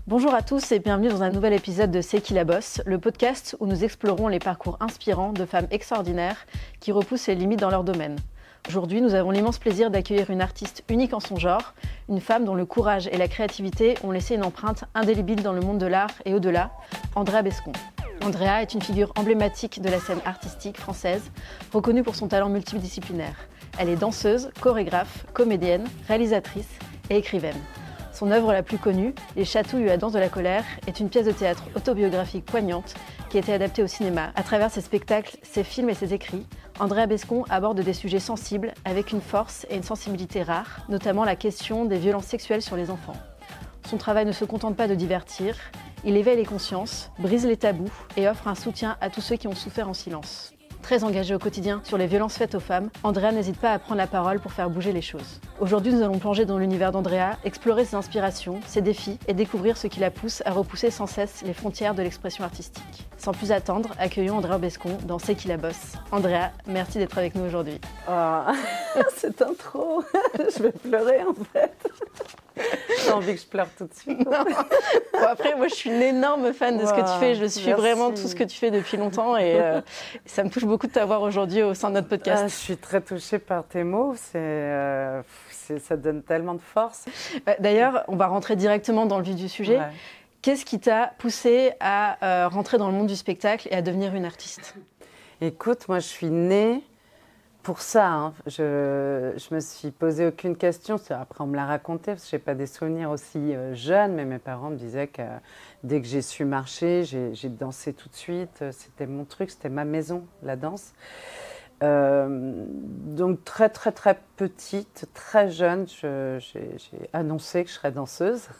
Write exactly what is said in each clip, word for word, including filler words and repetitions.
Bonjour à tous et bienvenue dans un nouvel épisode de C'est qui la bosse, le podcast où nous explorons les parcours inspirants de femmes extraordinaires qui repoussent les limites dans leur domaine. Aujourd'hui, nous avons l'immense plaisir d'accueillir une artiste unique en son genre, une femme dont le courage et la créativité ont laissé une empreinte indélébile dans le monde de l'art et au-delà, Andrea Bescon. Andrea est une figure emblématique de la scène artistique française, reconnue pour son talent multidisciplinaire. Elle est danseuse, chorégraphe, comédienne, réalisatrice et écrivaine. Son œuvre la plus connue, Les Chatouilles ou la danse de la colère, est une pièce de théâtre autobiographique poignante qui a été adaptée au cinéma. À travers ses spectacles, ses films et ses écrits, Andrea Bescon aborde des sujets sensibles avec une force et une sensibilité rares, notamment la question des violences sexuelles sur les enfants. Son travail ne se contente pas de divertir, il éveille les consciences, brise les tabous et offre un soutien à tous ceux qui ont souffert en silence. Très engagée au quotidien sur les violences faites aux femmes, Andrea n'hésite pas à prendre la parole pour faire bouger les choses. Aujourd'hui, nous allons plonger dans l'univers d'Andrea, explorer ses inspirations, ses défis et découvrir ce qui la pousse à repousser sans cesse les frontières de l'expression artistique. Sans plus attendre, accueillons Andrea Bescon dans C'est qui la bosse. Andrea, merci d'être avec nous aujourd'hui. Oh, cette intro, je vais pleurer en fait. J'ai envie que je pleure tout de suite. Bon, après, moi, je suis une énorme fan de ce que tu fais. Je suis merci. vraiment tout ce que tu fais depuis longtemps et euh, ça me touche beaucoup de t'avoir aujourd'hui au sein de notre podcast. Ah, je suis très touchée par tes mots. C'est, euh, c'est, ça donne tellement de force. D'ailleurs, on va rentrer directement dans le vif du sujet. Ouais. Qu'est-ce qui t'a poussée à euh, rentrer dans le monde du spectacle et à devenir une artiste ? Écoute, moi, je suis née pour ça. Hein. Je je me suis posé aucune question. Après, on me l'a raconté parce que je n'ai pas des souvenirs aussi euh, jeunes, mais mes parents me disaient que euh, dès que j'ai su marcher, j'ai, j'ai dansé tout de suite. C'était mon truc, c'était ma maison, la danse. Euh, donc très, très, très petite, très jeune, je, j'ai, j'ai annoncé que je serais danseuse.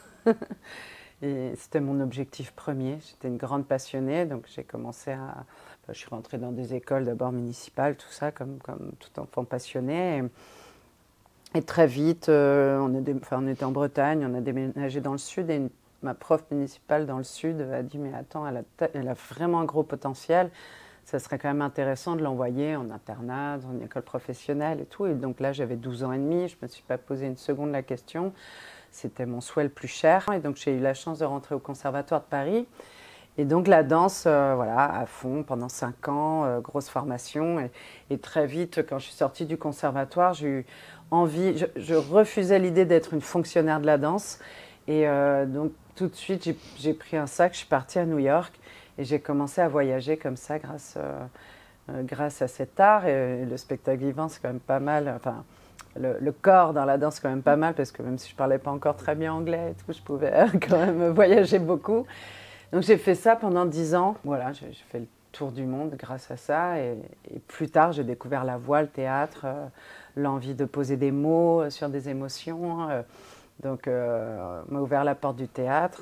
Et c'était mon objectif premier. J'étais une grande passionnée, donc j'ai commencé à... Je suis rentrée dans des écoles d'abord municipales, tout ça, comme, comme tout enfant passionné. Et, et très vite, euh, on, est, enfin, on était en Bretagne, on a déménagé dans le sud. Et une, ma prof municipale dans le sud a dit « Mais attends, elle a, elle a vraiment un gros potentiel. Ça serait quand même intéressant de l'envoyer en internat, dans une école professionnelle et tout. » Et donc là, j'avais douze ans et demi. Je ne me suis pas posé une seconde la question. C'était mon souhait le plus cher. Et donc, j'ai eu la chance de rentrer au Conservatoire de Paris. Et donc la danse, euh, voilà, à fond, pendant cinq ans, euh, grosse formation. Et, et très vite, quand je suis sortie du conservatoire, j'ai eu envie, je, je refusais l'idée d'être une fonctionnaire de la danse. Et euh, donc tout de suite, j'ai, j'ai pris un sac, je suis partie à New York et j'ai commencé à voyager comme ça grâce, euh, euh, grâce à cet art. Et, et le spectacle vivant, c'est quand même pas mal. Enfin, le, le corps dans la danse, c'est quand même pas mal parce que même si je ne parlais pas encore très bien anglais et tout, je pouvais quand même voyager beaucoup. Donc j'ai fait ça pendant dix ans. Voilà, j'ai, j'ai fait le tour du monde grâce à ça. Et, et plus tard, j'ai découvert la voix, le théâtre, euh, l'envie de poser des mots sur des émotions. Euh, donc, euh, m'a ouvert la porte du théâtre.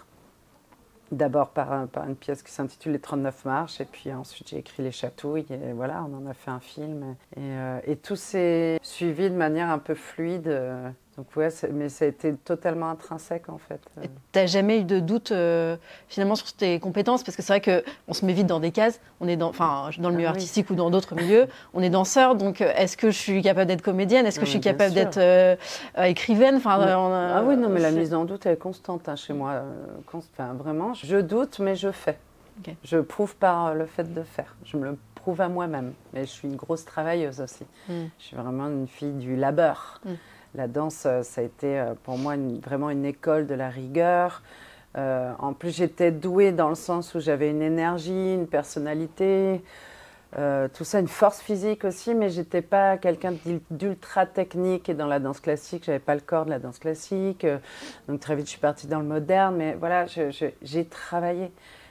D'abord par, un, par une pièce qui s'intitule Les trente-neuf marches. Et puis ensuite, j'ai écrit Les Chatouilles. Et voilà, on en a fait un film. Et, euh, et tout s'est suivi de manière un peu fluide. Euh, Donc ouais, mais ça a été totalement intrinsèque en fait. Tu n'as jamais eu de doute euh, finalement sur tes compétences? Parce que c'est vrai qu'on se met vite dans des cases, on est dans, enfin, dans le milieu ah, artistique oui. ou dans d'autres milieux, on est danseur, donc est-ce que je suis capable d'être comédienne? Est-ce que non, je suis capable sûr. d'être euh, euh, écrivaine? Enfin, mais, on a, ah oui, non mais la mise en doute elle est constante hein, chez moi. Euh, const, enfin, vraiment, je doute mais je fais. Okay. Je prouve par le fait de faire, je me le prouve à moi-même. Mais je suis une grosse travailleuse aussi. Mm. Je suis vraiment une fille du labeur. Mm. La danse, ça a été pour moi une, vraiment une école de la rigueur. Euh, en plus, j'étais douée dans le sens où j'avais une énergie, une personnalité, euh, tout ça, une force physique aussi, mais je n'étais pas quelqu'un d'ultra technique. Et dans la danse classique, je n'avais pas le corps de la danse classique. Donc très vite, je suis partie dans le moderne. Mais voilà, je, je, j'ai travaillé.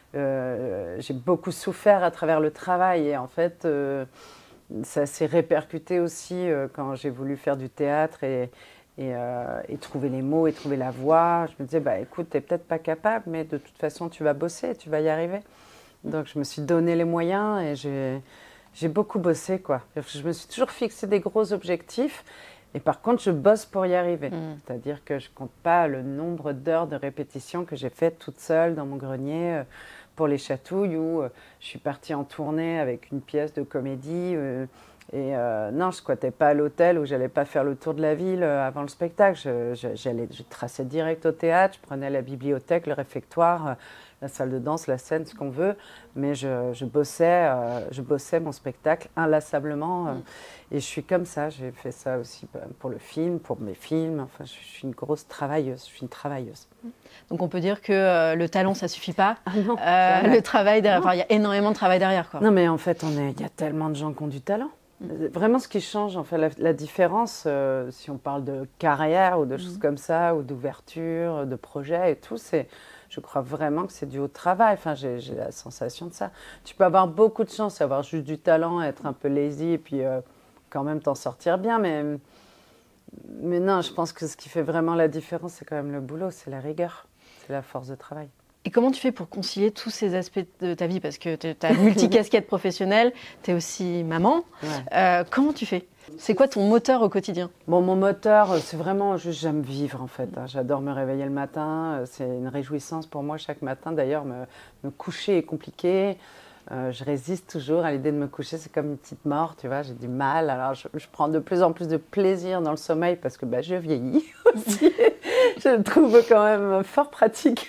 Euh, j'ai beaucoup souffert à travers le travail. Et en fait... Euh, ça s'est répercuté aussi euh, quand j'ai voulu faire du théâtre et, et, euh, et trouver les mots et trouver la voix. Je me disais, bah, écoute, tu n'es peut-être pas capable, mais de toute façon, tu vas bosser, tu vas y arriver. Donc, je me suis donné les moyens et j'ai, j'ai beaucoup bossé, quoi. Je me suis toujours fixé des gros objectifs et par contre, je bosse pour y arriver. Mmh. C'est-à-dire que je ne compte pas le nombre d'heures de répétition que j'ai faites toute seule dans mon grenier. Euh, pour Les Chatouilles, où euh, je suis partie en tournée avec une pièce de comédie euh, Et euh, non, je squattais pas à l'hôtel où j'allais pas faire le tour de la ville euh, avant le spectacle. Je, je, j'allais, je traçais direct au théâtre, je prenais la bibliothèque, le réfectoire, euh, la salle de danse, la scène, ce qu'on veut. Mais je, je, bossais, euh, je bossais mon spectacle inlassablement. Euh, mmh. Et je suis comme ça. J'ai fait ça aussi pour le film, pour mes films. Enfin, je, je suis une grosse travailleuse. Je suis une travailleuse. Donc on peut dire que euh, le talent, ça suffit pas. Ah non, euh, le travail derrière. Enfin, il y a énormément de travail derrière, quoi. Non, mais en fait, on est, il y a tellement de gens qui ont du talent. Mmh. Vraiment, ce qui change, en fait, la, la différence, euh, si on parle de carrière ou de mmh. choses comme ça, ou d'ouverture, de projet et tout, c'est, je crois vraiment que c'est dû au travail. Enfin, j'ai, j'ai la sensation de ça. Tu peux avoir beaucoup de chance, avoir juste du talent, être un peu lazy et puis euh, quand même t'en sortir bien. Mais, mais non, je pense que ce qui fait vraiment la différence, c'est quand même le boulot, c'est la rigueur, c'est la force de travail. Et comment tu fais pour concilier tous ces aspects de ta vie? Parce que tu as multi-casquette professionnelle, tu es aussi maman. Ouais. Euh, comment tu fais? C'est quoi ton moteur au quotidien? Bon, mon moteur, c'est vraiment juste j'aime vivre en fait. J'adore me réveiller le matin. C'est une réjouissance pour moi chaque matin. D'ailleurs, me, me coucher est compliqué. Euh, je résiste toujours à l'idée de me coucher. C'est comme une petite mort, tu vois. J'ai du mal. Alors, je, je prends de plus en plus de plaisir dans le sommeil parce que bah, je vieillis aussi. Je le trouve quand même fort pratique.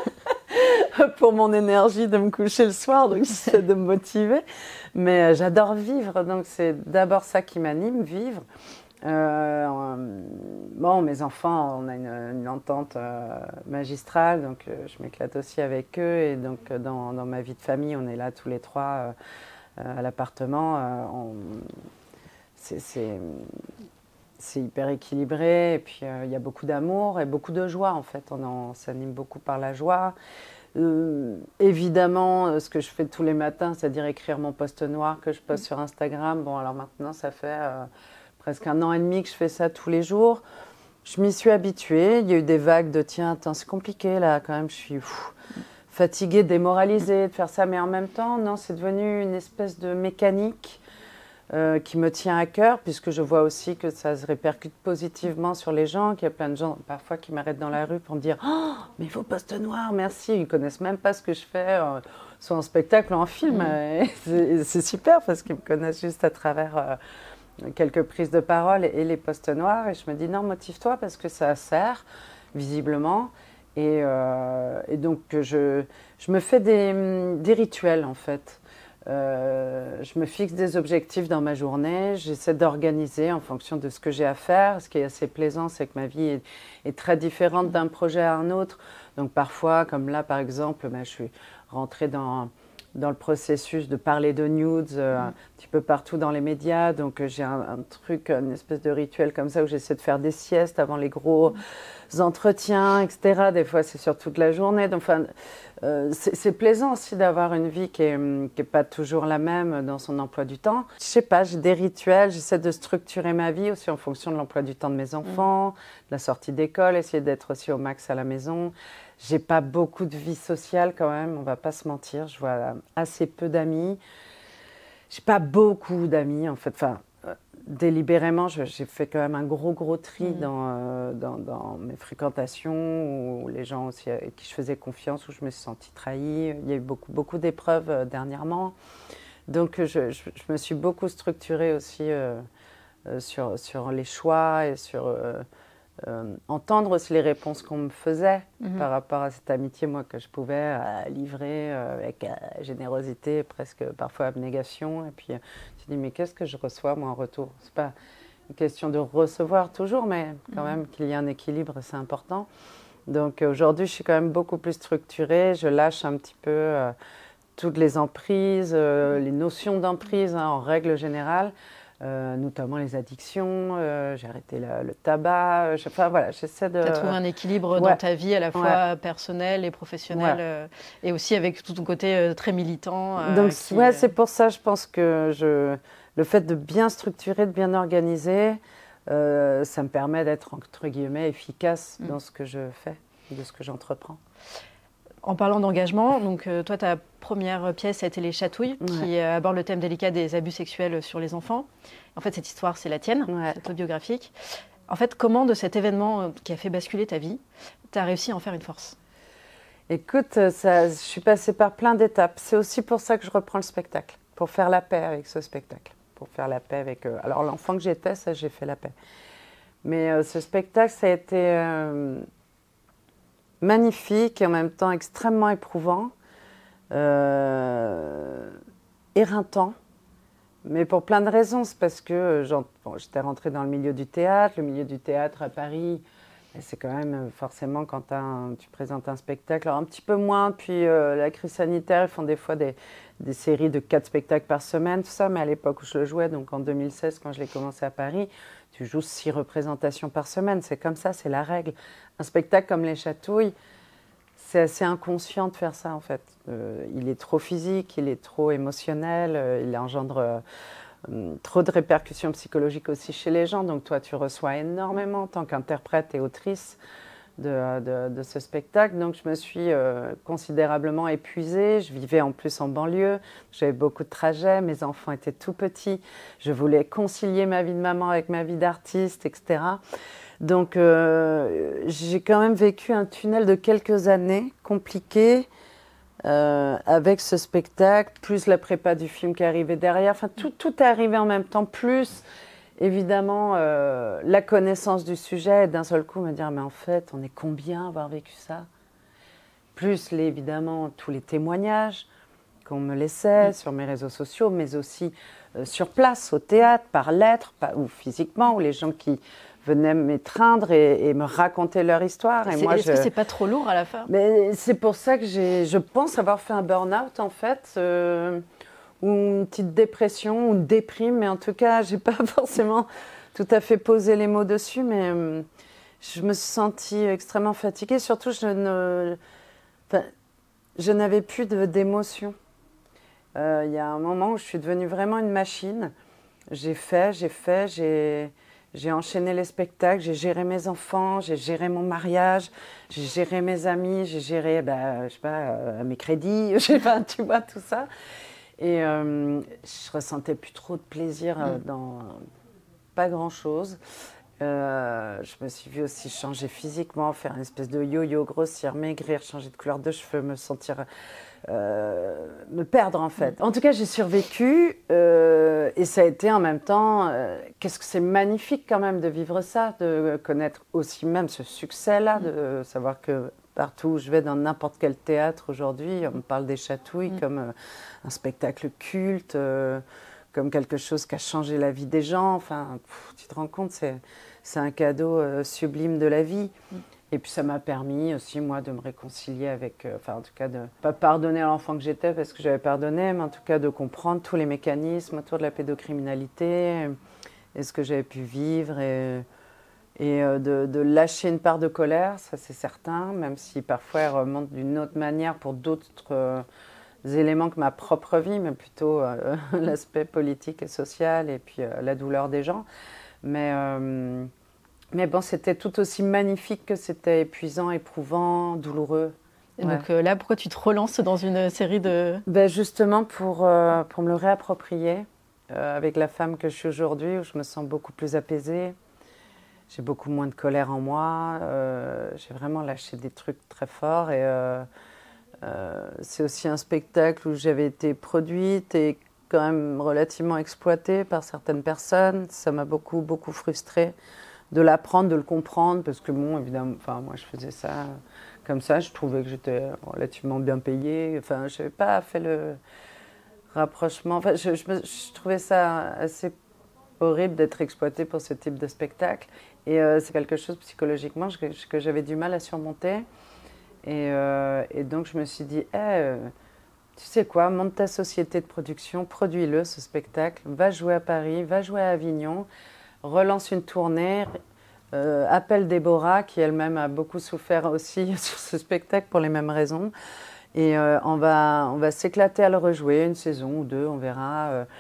pour mon énergie de me coucher le soir, donc j'essaie de me motiver. Mais euh, j'adore vivre, donc c'est d'abord ça qui m'anime, vivre. Euh, bon, mes enfants, on a une, une entente euh, magistrale, donc euh, je m'éclate aussi avec eux. Et donc euh, dans, dans ma vie de famille, on est là tous les trois euh, à l'appartement. Euh, on, c'est, c'est, c'est hyper équilibré, et puis il euh, y a beaucoup d'amour et beaucoup de joie en fait. On, en, on s'anime beaucoup par la joie. Euh, évidemment, ce que je fais tous les matins, c'est-à-dire écrire mon post noir que je poste sur Instagram. Bon, alors maintenant, ça fait euh, presque un an et demi que je fais ça tous les jours. Je m'y suis habituée. Il y a eu des vagues de tiens, attends, c'est compliqué là, quand même, je suis pff, fatiguée, démoralisée de faire ça. Mais en même temps, non, c'est devenu une espèce de mécanique Euh, qui me tient à cœur, puisque je vois aussi que ça se répercute positivement sur les gens, qu'il y a plein de gens parfois qui m'arrêtent dans la rue pour me dire « Oh, mais vos postes noirs, merci !» Ils ne connaissent même pas ce que je fais, euh, soit en spectacle ou en film. Mmh. Et c'est, c'est super, parce qu'ils me connaissent juste à travers euh, quelques prises de parole et, et les postes noirs. Et je me dis « Non, motive-toi, parce que ça sert, visiblement. » Et, euh, et donc, je, je me fais des, des rituels, en fait. Euh, je me fixe des objectifs dans ma journée, j'essaie d'organiser en fonction de ce que j'ai à faire. Ce qui est assez plaisant, c'est que ma vie est, est très différente d'un projet à un autre. Donc parfois, comme là par exemple, ben, je suis rentrée dans, dans le processus de parler de nudes euh, mmh. un petit peu partout dans les médias. Donc j'ai un, un truc, une espèce de rituel comme ça où j'essaie de faire des siestes avant les gros mmh. entretiens, et cetera. Des fois, c'est sur toute la journée. Donc, enfin, euh, c'est, c'est plaisant aussi d'avoir une vie qui n'est qui est pas toujours la même dans son emploi du temps. Je sais pas, j'ai des rituels. J'essaie de structurer ma vie aussi en fonction de l'emploi du temps de mes enfants, mmh. de la sortie d'école, essayer d'être aussi au max à la maison. J'ai pas beaucoup de vie sociale quand même, on va pas se mentir. Je vois assez peu d'amis. J'ai pas beaucoup d'amis en fait. Enfin, euh, délibérément, je, j'ai fait quand même un gros gros tri mmh. dans, euh, dans, dans mes fréquentations, ou les gens aussi avec qui je faisais confiance, où je me suis sentie trahie. Il y a eu beaucoup beaucoup d'épreuves euh, dernièrement. Donc je, je, je me suis beaucoup structurée aussi euh, euh, sur, sur les choix et sur euh, Euh, entendre aussi les réponses qu'on me faisait mmh. par rapport à cette amitié, moi, que je pouvais euh, livrer euh, avec euh, générosité, presque parfois abnégation. Et puis, euh, tu te dis, mais qu'est-ce que je reçois, moi, en retour? C'est pas une question de recevoir toujours, mais quand mmh. même qu'il y ait un équilibre, c'est important. Donc, aujourd'hui, je suis quand même beaucoup plus structurée. Je lâche un petit peu euh, toutes les emprises, euh, les notions d'emprise, hein, en règle générale. Euh, notamment les addictions, euh, j'ai arrêté le, le tabac, euh, je, enfin voilà, j'essaie de... Tu as trouvé un équilibre ouais. dans ta vie à la fois ouais. personnelle et professionnelle, ouais. euh, et aussi avec tout ton côté euh, très militant. Euh, Donc qui, ouais, euh... c'est pour ça, je pense que je, le fait de bien structurer, de bien organiser, euh, ça me permet d'être entre guillemets efficace mm. dans ce que je fais, de ce que j'entreprends. En parlant d'engagement, donc euh, toi, ta première pièce a été Les Chatouilles, ouais. qui euh, aborde le thème délicat des abus sexuels sur les enfants. En fait, cette histoire, c'est la tienne, ouais. c'est autobiographique. En fait, comment, de cet événement euh, qui a fait basculer ta vie, tu as réussi à en faire une force? Écoute, ça, je suis passée par plein d'étapes. C'est aussi pour ça que je reprends le spectacle, pour faire la paix avec ce spectacle. pour faire la paix avec eux. Alors l'enfant que j'étais, ça j'ai fait la paix. Mais euh, ce spectacle, ça a été euh, magnifique et en même temps extrêmement éprouvant, euh, éreintant. Mais pour plein de raisons, c'est parce que bon, j'étais rentrée dans le milieu du théâtre. Le milieu du théâtre à Paris, c'est quand même forcément quand un, tu présentes un spectacle, alors un petit peu moins depuis euh, la crise sanitaire, ils font des fois des, des séries de quatre spectacles par semaine, tout ça, mais à l'époque où je le jouais, donc en deux mille seize, quand je l'ai commencé à Paris, tu joues six représentations par semaine, c'est comme ça, c'est la règle. Un spectacle comme Les Chatouilles, c'est assez inconscient de faire ça en fait. Euh, il est trop physique, il est trop émotionnel, euh, il engendre euh, euh, trop de répercussions psychologiques aussi chez les gens. Donc toi, tu reçois énormément en tant qu'interprète et autrice de, de, de ce spectacle. Donc je me suis euh, considérablement épuisée. Je vivais en plus en banlieue, j'avais beaucoup de trajets, mes enfants étaient tout petits. Je voulais concilier ma vie de maman avec ma vie d'artiste, et cetera. Donc, euh, j'ai quand même vécu un tunnel de quelques années compliqué euh, avec ce spectacle, plus la prépa du film qui arrivait derrière. Enfin, tout, tout est arrivé en même temps, plus évidemment euh, la connaissance du sujet et d'un seul coup me dire mais en fait, on est combien à avoir vécu ça? Plus les, évidemment tous les témoignages qu'on me laissait sur mes réseaux sociaux, mais aussi euh, sur place, au théâtre, par lettres, pas, ou physiquement, ou les gens qui venaient m'étreindre et, et me raconter leur histoire. Et moi, est-ce je... que c'est pas trop lourd à la fin? Mais c'est pour ça que j'ai, je pense avoir fait un burn-out en fait, euh, ou une petite dépression, ou une déprime, mais en tout cas, j'ai pas forcément tout à fait posé les mots dessus, mais euh, je me suis sentie extrêmement fatiguée. Surtout, je ne, enfin, je n'avais plus de, d'émotion. Euh, il y a un moment où je suis devenue vraiment une machine. J'ai fait, j'ai fait, j'ai... J'ai enchaîné les spectacles, j'ai géré mes enfants, j'ai géré mon mariage, j'ai géré mes amis, j'ai géré, ben, je sais pas, euh, mes crédits, je sais pas, tu vois, tout ça. Et euh, je ressentais plus trop de plaisir euh, dans pas grand-chose. Euh, je me suis vue aussi changer physiquement, faire une espèce de yo-yo, grossir, maigrir, changer de couleur de cheveux, me sentir... Euh, me perdre en fait. En tout cas, j'ai survécu euh, et ça a été en même temps, euh, qu'est-ce que c'est magnifique quand même de vivre ça, de connaître aussi même ce succès-là, de savoir que partout où je vais dans n'importe quel théâtre aujourd'hui, on me parle des Chatouilles mm. comme euh, un spectacle culte, euh, comme quelque chose qui a changé la vie des gens. Enfin, pff, tu te rends compte, c'est, c'est un cadeau euh, sublime de la vie. Mm. Et puis ça m'a permis aussi, moi, de me réconcilier avec, euh, enfin en tout cas, de pas pardonner à l'enfant que j'étais parce que j'avais pardonné, mais en tout cas de comprendre tous les mécanismes autour de la pédocriminalité et ce que j'avais pu vivre et, et euh, de, de lâcher une part de colère, ça c'est certain, même si parfois elle remonte d'une autre manière pour d'autres euh, éléments que ma propre vie, mais plutôt euh, l'aspect politique et social et puis euh, la douleur des gens. Mais... Euh, Mais bon, c'était tout aussi magnifique que c'était épuisant, éprouvant, douloureux. Et ouais. Donc euh, là, pourquoi tu te relances dans une série de... Ben justement pour, euh, pour me le réapproprier euh, avec la femme que je suis aujourd'hui, où je me sens beaucoup plus apaisée. J'ai beaucoup moins de colère en moi. Euh, j'ai vraiment lâché des trucs très forts. Et euh, euh, c'est aussi un spectacle où j'avais été produite et quand même relativement exploitée par certaines personnes. Ça m'a beaucoup, beaucoup frustrée. De l'apprendre, de le comprendre, parce que bon, évidemment, enfin, moi je faisais ça comme ça, je trouvais que j'étais relativement bien payée, enfin, je n'avais pas fait le rapprochement, enfin, je, je, me, je trouvais ça assez horrible d'être exploitée pour ce type de spectacle, et euh, c'est quelque chose psychologiquement que, que j'avais du mal à surmonter, et, euh, et donc je me suis dit, hey, euh, tu sais quoi, monte ta société de production, produis-le, ce spectacle, va jouer à Paris, va jouer à Avignon, relance une tournée, euh, appelle Déborah, qui elle-même a beaucoup souffert aussi sur ce spectacle pour les mêmes raisons. Et euh, on va, on va s'éclater à le rejouer, une saison ou deux, on verra, euh,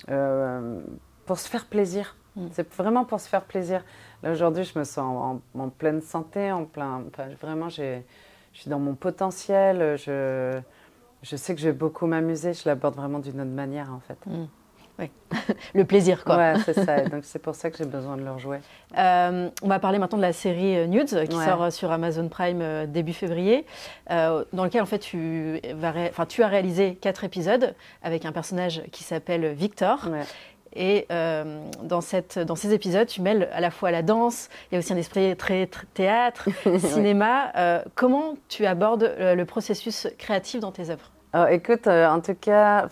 euh, pour se faire plaisir. Mm. C'est vraiment pour se faire plaisir. Là, aujourd'hui, je me sens en, en pleine santé, en plein, enfin, vraiment, j'ai, je suis dans mon potentiel. Je, je sais que je vais beaucoup m'amuser. Je l'aborde vraiment d'une autre manière, en fait. Mm. Oui. Le plaisir, quoi. Ouais, c'est ça. Et donc, c'est pour ça que j'ai besoin de le rejouer. Euh, on va parler maintenant de la série Nudes, qui ouais. sort sur Amazon Prime euh, début février, euh, dans lequel, en fait, tu, vas ré... enfin, tu as réalisé quatre épisodes avec un personnage qui s'appelle Victor. Ouais. Et euh, dans, cette, dans ces épisodes, tu mêles à la fois la danse, il y a aussi un esprit très, très théâtre, cinéma. Euh, comment tu abordes le, le processus créatif dans tes œuvres? Alors, écoute, euh, en tout cas,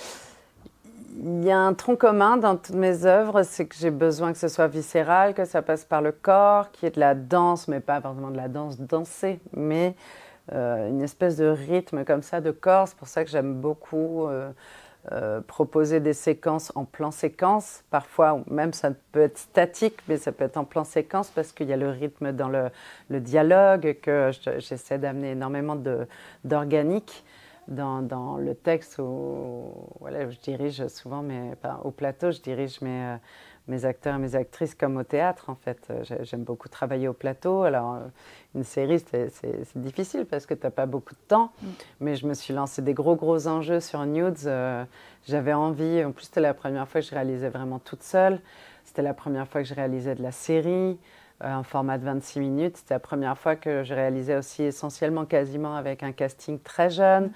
il y a un tronc commun dans toutes mes œuvres, c'est que j'ai besoin que ce soit viscéral, que ça passe par le corps, qu'il y ait de la danse, mais pas forcément de la danse dansée, mais euh, une espèce de rythme comme ça, de corps. C'est pour ça que j'aime beaucoup... Euh, Euh, proposer des séquences en plan séquence, parfois même ça peut être statique, mais ça peut être en plan séquence parce qu'il y a le rythme dans le, le dialogue, que je, j'essaie d'amener énormément de, d'organique dans, dans le texte où voilà, je dirige souvent, mes, enfin, au plateau, je dirige mes, mes acteurs et mes actrices comme au théâtre en fait. J'aime beaucoup travailler au plateau. Alors une série c'est, c'est, c'est difficile parce que tu n'as pas beaucoup de temps, mm. mais je me suis lancé des gros gros enjeux sur Nudes. Euh, j'avais envie, en plus c'était la première fois que je réalisais vraiment toute seule. C'était la première fois que je réalisais de la série, euh, un format de vingt-six minutes. C'était la première fois que je réalisais aussi essentiellement quasiment avec un casting très jeune.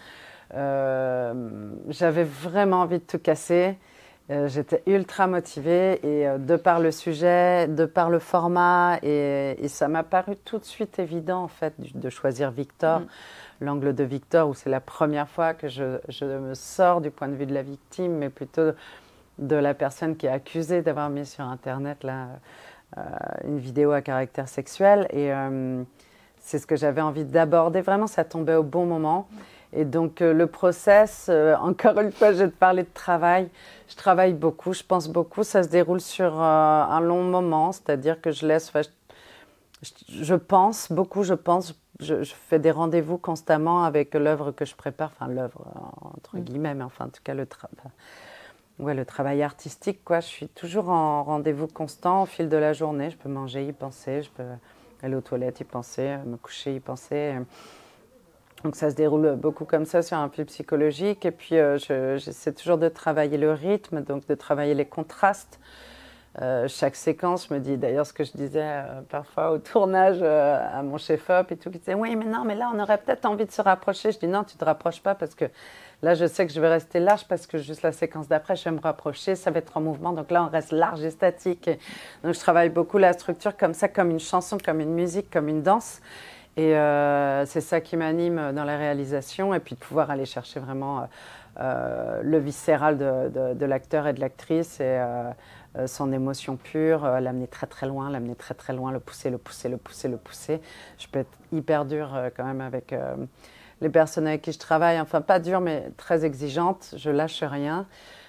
Euh, j'avais vraiment envie de tout casser. Euh, j'étais ultra motivée et euh, de par le sujet, de par le format, et, et ça m'a paru tout de suite évident en fait de choisir Victor, mmh. l'angle de Victor où c'est la première fois que je, je me sors du point de vue de la victime, mais plutôt de la personne qui est accusée d'avoir mis sur Internet là, euh, une vidéo à caractère sexuel. Et euh, c'est ce que j'avais envie d'aborder. Vraiment, ça tombait au bon moment. Mmh. Et donc, euh, le process, euh, encore une fois, je vais te parler de travail. Je travaille beaucoup, je pense beaucoup. Ça se déroule sur euh, un long moment, c'est-à-dire que je laisse... Je, je, je pense beaucoup, je pense. Je, je fais des rendez-vous constamment avec l'œuvre que je prépare. Enfin, l'œuvre, entre guillemets, mais enfin, en tout cas, le, tra... ouais, le travail artistique, quoi. Je suis toujours en rendez-vous constant au fil de la journée. Je peux manger, y penser. Je peux aller aux toilettes, y penser. Me coucher, y penser. Donc ça se déroule beaucoup comme ça sur un fil psychologique. Et puis euh, je, j'essaie toujours de travailler le rythme, donc de travailler les contrastes. Euh, chaque séquence, je me dis, d'ailleurs ce que je disais euh, parfois au tournage euh, à mon chef-op et tout, qui disait, oui mais non, mais là on aurait peut-être envie de se rapprocher. Je dis, non, tu ne te rapproches pas parce que là je sais que je vais rester large parce que juste la séquence d'après, je vais me rapprocher, ça va être en mouvement. Donc là on reste large et statique. Et donc je travaille beaucoup la structure comme ça, comme une chanson, comme une musique, comme une danse. Et euh, c'est ça qui m'anime dans la réalisation, et puis de pouvoir aller chercher vraiment euh, le viscéral de, de, de l'acteur et de l'actrice, et euh, son émotion pure, euh, l'amener très très loin, l'amener très très loin, le pousser, le pousser, le pousser, le pousser. Je peux être hyper dure euh, quand même avec euh, les personnes avec qui je travaille, enfin pas dure mais très exigeante, je lâche rien.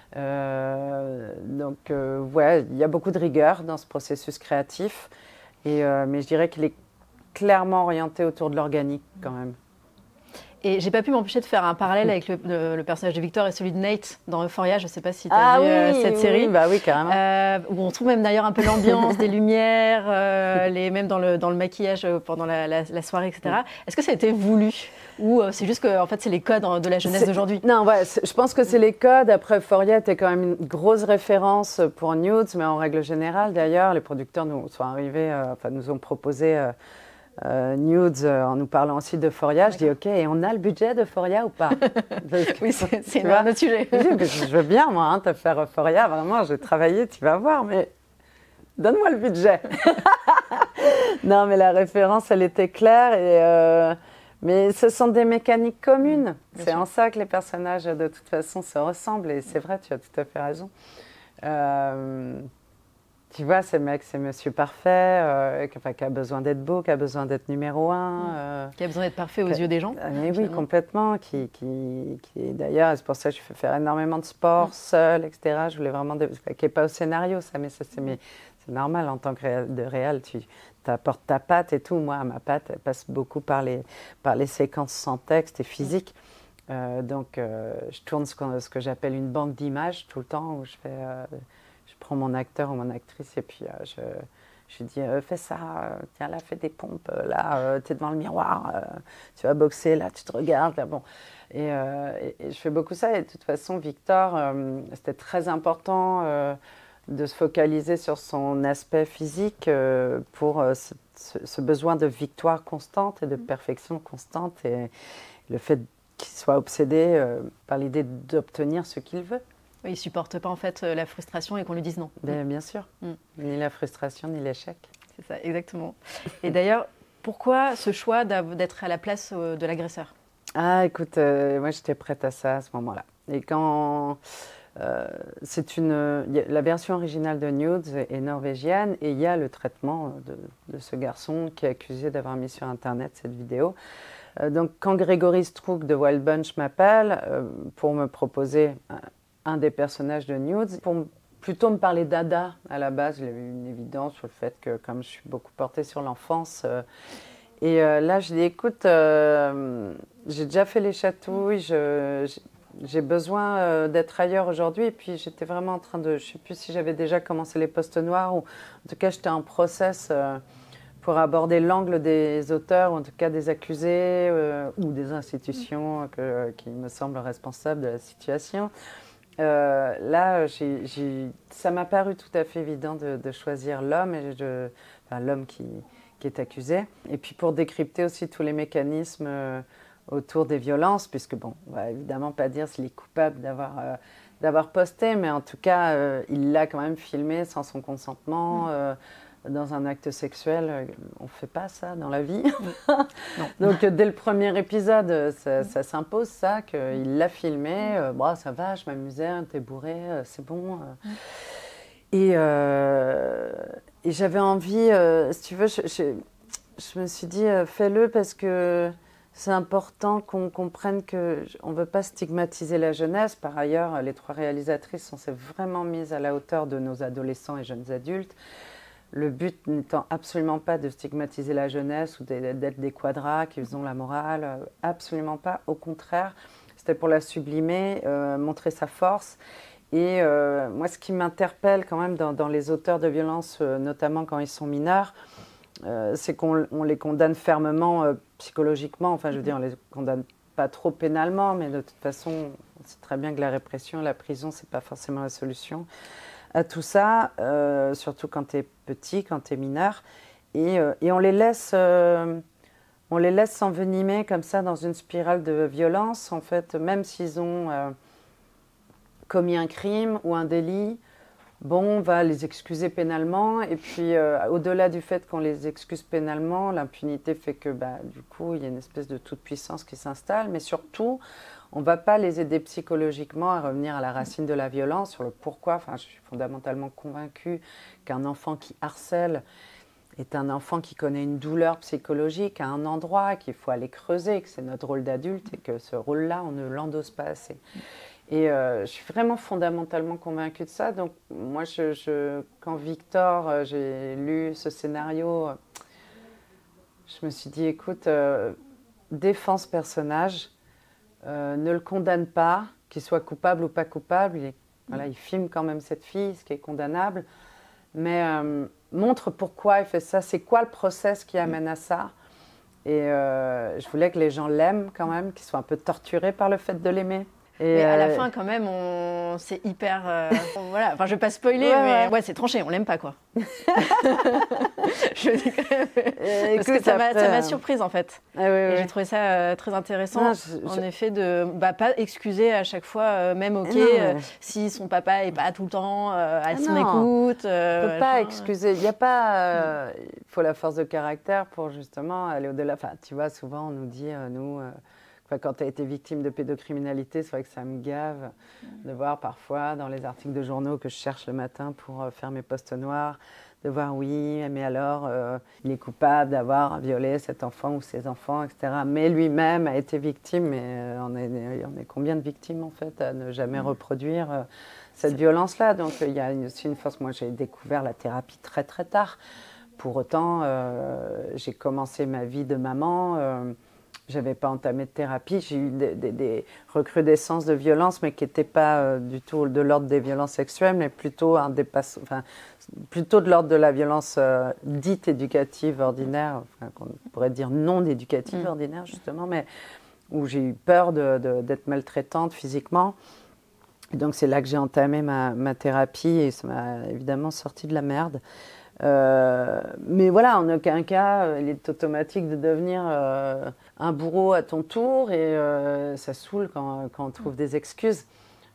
Euh, donc euh, ouais, il y a beaucoup de rigueur dans ce processus créatif, et, euh, mais je dirais qu'il est clairement orienté autour de l'organique quand même. Et j'ai pas pu m'empêcher de faire un parallèle avec le, le, le personnage de Victor et celui de Nate dans Euphoria. Je sais pas si tu as ah vu oui, euh, cette oui, série. Oui, bah oui, carrément. Euh, où on trouve même d'ailleurs un peu l'ambiance, des lumières, euh, les, même dans le, dans le maquillage pendant la, la, la soirée, et cetera. Oui. Est-ce que ça a été voulu ou euh, c'est juste que en fait, c'est les codes de la jeunesse c'est... d'aujourd'hui? Non, ouais, je pense que c'est les codes. Après, Euphoria était quand même une grosse référence pour Nudes, mais en règle générale, d'ailleurs, les producteurs nous sont arrivés, euh, enfin, nous ont proposé... Euh, Euh, Nudes euh, en nous parlant aussi d'Euphoria. Je dis ok, et on a le budget d'Euphoria ou pas? que, oui, c'est, c'est un autre sujet. Je, je veux bien, moi, hein, te faire Euphoria, vraiment, je vais travailler, tu vas voir, mais donne-moi le budget. Non, mais la référence, elle était claire, et, euh, mais ce sont des mécaniques communes. Mmh, c'est sûr. En ça que les personnages, de toute façon, se ressemblent, et c'est vrai, tu as tout à fait raison. Euh, Tu vois, ce mec, c'est Monsieur Parfait, euh, qui, enfin, qui a besoin d'être beau, qui a besoin d'être numéro un. Euh, qui a besoin d'être parfait aux yeux des gens. Euh, mais oui, complètement. Qui, qui, qui, d'ailleurs, c'est pour ça que je fais faire énormément de sport, seul, et cetera. Je voulais vraiment... De, qui n'est pas au scénario, ça, mais ça, c'est, mais, c'est normal. En tant que réal, de réal, tu apportes ta patte et tout. Moi, ma patte, elle passe beaucoup par les, par les séquences sans texte et physique. Euh, donc, euh, je tourne ce, ce que j'appelle une banque d'images tout le temps, où je fais... Euh, Je prends mon acteur ou mon actrice et puis euh, je, je lui dis euh, fais ça, euh, tiens là fais des pompes, euh, là euh, tu es devant le miroir, euh, tu vas boxer, là tu te regardes, là bon. Et, euh, et, et je fais beaucoup ça, et de toute façon Victor, euh, c'était très important euh, de se focaliser sur son aspect physique euh, pour euh, ce, ce, ce besoin de victoire constante et de perfection constante, et le fait qu'il soit obsédé euh, par l'idée d'obtenir ce qu'il veut. Oui, il ne supporte pas en fait la frustration et qu'on lui dise non. Ben, bien sûr, mm. ni la frustration ni l'échec. C'est ça, exactement. Et d'ailleurs, pourquoi ce choix d'être à la place de l'agresseur? Ah, écoute, euh, moi j'étais prête à ça à ce moment-là. Et quand euh, c'est une, la version originale de Nudes est norvégienne et il y a le traitement de, de ce garçon qui est accusé d'avoir mis sur Internet cette vidéo. Euh, donc quand Grégory Strug de Wild Bunch m'appelle euh, pour me proposer un, un des personnages de Nudes, pour plutôt me parler d'Ada à la base, il y avait une évidence sur le fait que comme je suis beaucoup portée sur l'enfance, euh, et euh, là je dis écoute, euh, j'ai déjà fait les chatouilles, je, j'ai besoin euh, d'être ailleurs aujourd'hui. Et puis j'étais vraiment en train de, je ne sais plus si j'avais déjà commencé les postes noirs ou en tout cas j'étais en process euh, pour aborder l'angle des auteurs, ou en tout cas des accusés euh, ou des institutions que, qui me semblent responsables de la situation. Euh, là, j'ai, j'ai, ça m'a paru tout à fait évident de, de choisir l'homme, et je, enfin, l'homme qui, qui est accusé. Et puis pour décrypter aussi tous les mécanismes euh, autour des violences, puisque bon, on va évidemment pas dire s'il est coupable d'avoir, euh, d'avoir posté, mais en tout cas, euh, il l'a quand même filmé sans son consentement. Euh, dans un acte sexuel, on ne fait pas ça dans la vie. Donc dès le premier épisode, ça, ça s'impose ça, qu'il l'a filmé. Euh, bon, ça va, je m'amusais, t'es bourré, c'est bon. Et, euh, et j'avais envie, euh, si tu veux, je, je, je me suis dit, euh, fais-le parce que c'est important qu'on comprenne qu'on ne veut pas stigmatiser la jeunesse. Par ailleurs, les trois réalisatrices, on s'est vraiment mises à la hauteur de nos adolescents et jeunes adultes. Le but n'étant absolument pas de stigmatiser la jeunesse ou d'être des quadras qui ont la morale, absolument pas. Au contraire, c'était pour la sublimer, euh, montrer sa force. Et euh, moi, ce qui m'interpelle quand même dans, dans les auteurs de violences, euh, notamment quand ils sont mineurs, euh, c'est qu'on on les condamne fermement euh, psychologiquement. Enfin, je veux dire, on les condamne pas trop pénalement, mais de toute façon, on sait très bien que la répression, la prison, c'est pas forcément la solution à tout ça, euh, surtout quand tu es petit, quand tu es mineur. Et, euh, et on les laisse, euh, on les laisse s'envenimer comme ça dans une spirale de violence, en fait, même s'ils ont euh, commis un crime ou un délit. Bon, on va les excuser pénalement. Et puis, euh, au-delà du fait qu'on les excuse pénalement, l'impunité fait que, bah, du coup, il y a une espèce de toute-puissance qui s'installe. Mais surtout, on ne va pas les aider psychologiquement à revenir à la racine de la violence, sur le pourquoi. Enfin, je suis fondamentalement convaincue qu'un enfant qui harcèle est un enfant qui connaît une douleur psychologique à un endroit, qu'il faut aller creuser, que c'est notre rôle d'adulte et que ce rôle-là, on ne l'endosse pas assez. Et euh, je suis vraiment fondamentalement convaincue de ça. Donc, moi, je, je, quand Victor, euh, j'ai lu ce scénario, euh, je me suis dit, écoute, euh, défends ce personnage. Euh, ne le condamne pas, qu'il soit coupable ou pas coupable. Il, est, voilà, il filme quand même cette fille, ce qui est condamnable. Mais euh, montre pourquoi il fait ça. C'est quoi le process qui amène à ça? Et euh, je voulais que les gens l'aiment quand même, qu'ils soient un peu torturés par le fait de l'aimer. Et mais à la fin, quand même, on... c'est hyper... Euh... voilà. Enfin, je ne vais pas spoiler, ouais, mais ouais, ouais c'est tranché, on ne l'aime pas, quoi. Je dis quand même... Euh, Parce que ça m'a après... surprise, en fait. Ah, oui, et oui. J'ai trouvé ça euh, très intéressant, non, je, en je... effet, de ne bah, pas excuser à chaque fois, euh, même, OK, non, euh, si son papa n'est pas tout le temps euh, à ah, son non. écoute. Euh, on ne peut pas excuser. Il n'y a pas... Il euh, faut la force de caractère pour, justement, aller au-delà. Enfin, tu vois, souvent, on nous dit, euh, nous... Euh, Enfin, quand tu as été victime de pédocriminalité, c'est vrai que ça me gave de voir parfois dans les articles de journaux que je cherche le matin pour euh, faire mes postes noirs, de voir oui, mais alors euh, il est coupable d'avoir violé cet enfant ou ses enfants, et cetera. Mais lui-même a été victime, mais euh, on, est, on est combien de victimes en fait à ne jamais reproduire euh, cette violence-là. Donc il y a aussi une force. Moi, j'ai découvert la thérapie très très tard. Pour autant, euh, j'ai commencé ma vie de maman. Euh, Je n'avais pas entamé de thérapie, j'ai eu des, des, des recrudescences de violence, mais qui n'étaient pas euh, du tout de l'ordre des violences sexuelles, mais plutôt, un dépasse, enfin, plutôt de l'ordre de la violence euh, dite éducative ordinaire, enfin, qu'on pourrait dire non éducative mmh. ordinaire justement, mais où j'ai eu peur de, de, d'être maltraitante physiquement. Et donc c'est là que j'ai entamé ma, ma thérapie et ça m'a évidemment sorti de la merde. Euh, mais voilà, en aucun cas, il est automatique de devenir euh, un bourreau à ton tour et euh, ça saoule quand, quand on trouve des excuses.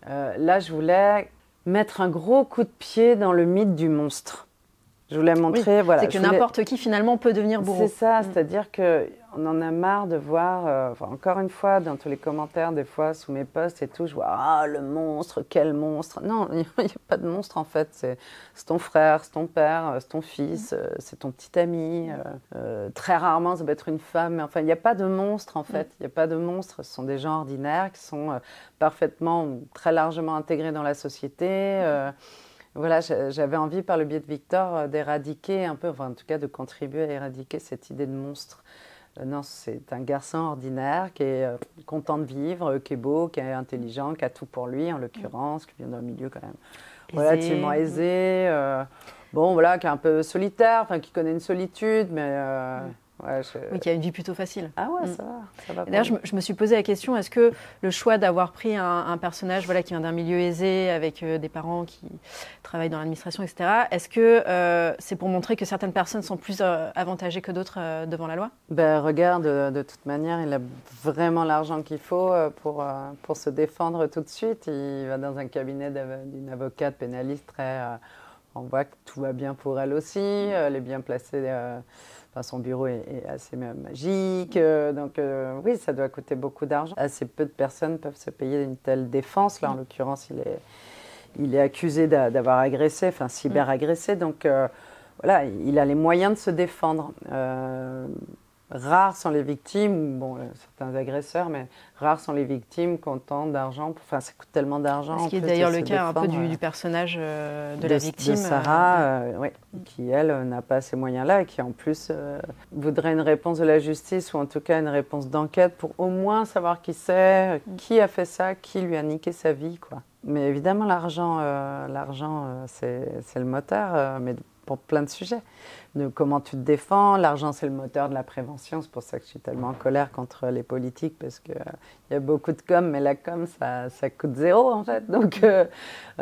Euh, là, je voulais mettre un gros coup de pied dans le mythe du monstre. Je voulais montrer, oui, voilà. C'est que voulais... n'importe qui finalement peut devenir bourreau. C'est ça, mmh. c'est-à-dire qu'on en a marre de voir, euh, enfin, encore une fois, dans tous les commentaires, des fois, sous mes posts et tout, je vois « Ah, le monstre, quel monstre !» Non, il n'y a pas de monstre en fait, c'est, c'est ton frère, c'est ton père, c'est ton fils, mmh. euh, c'est ton petit ami. Euh, euh, très rarement, ça peut être une femme, mais enfin, il n'y a pas de monstre en fait, il n'y a pas de monstre, ce sont des gens ordinaires qui sont euh, parfaitement, très largement intégrés dans la société. Euh, Voilà, j'avais envie, par le biais de Victor, d'éradiquer un peu, enfin, en tout cas de contribuer à éradiquer cette idée de monstre. Euh, non, c'est un garçon ordinaire qui est euh, content de vivre, qui est beau, qui est intelligent, qui a tout pour lui, en l'occurrence, qui vient d'un milieu quand même aisé. Relativement aisé. Euh, bon, voilà, qui est un peu solitaire, enfin, qui connaît une solitude, mais... Euh, mm. Ouais, je... Oui, qui a une vie plutôt facile. Ah ouais, mm. ça va. Ça va D'ailleurs, je, je me suis posé la question, est-ce que le choix d'avoir pris un, un personnage voilà, qui vient d'un milieu aisé, avec euh, des parents qui travaillent dans l'administration, et cetera, est-ce que euh, c'est pour montrer que certaines personnes sont plus euh, avantagées que d'autres euh, devant la loi ? Ben, regarde, de, de toute manière, il a vraiment l'argent qu'il faut pour, euh, pour se défendre tout de suite. Il va dans un cabinet d'une avocate pénaliste très... Euh, on voit que tout va bien pour elle aussi, elle est bien placée... Euh, Enfin, son bureau est, est assez magique, euh, donc euh, oui, ça doit coûter beaucoup d'argent. Assez peu de personnes peuvent se payer une telle défense. Là, en l'occurrence, il est, il est accusé d'avoir agressé, enfin cyber-agressé, donc euh, voilà, il a les moyens de se défendre. Euh, rares sont les victimes, bon, euh, certains agresseurs, mais rares sont les victimes qui ont tant d'argent, enfin ça coûte tellement d'argent. Ce qui est d'ailleurs le cas un peu du, du personnage euh, de, de la victime. De Sarah, euh, euh, oui, mm. qui elle euh, n'a pas ces moyens-là et qui en plus euh, voudrait une réponse de la justice ou en tout cas une réponse d'enquête pour au moins savoir qui c'est, mm. qui a fait ça, qui lui a niqué sa vie, quoi. Mais évidemment l'argent, euh, l'argent euh, c'est, c'est le moteur, euh, mais pour plein de sujets. De comment tu te défends, l'argent c'est le moteur de la prévention, c'est pour ça que je suis tellement en colère contre les politiques parce qu'il euh, y a beaucoup de com, mais la com ça, ça coûte zéro en fait, donc il euh,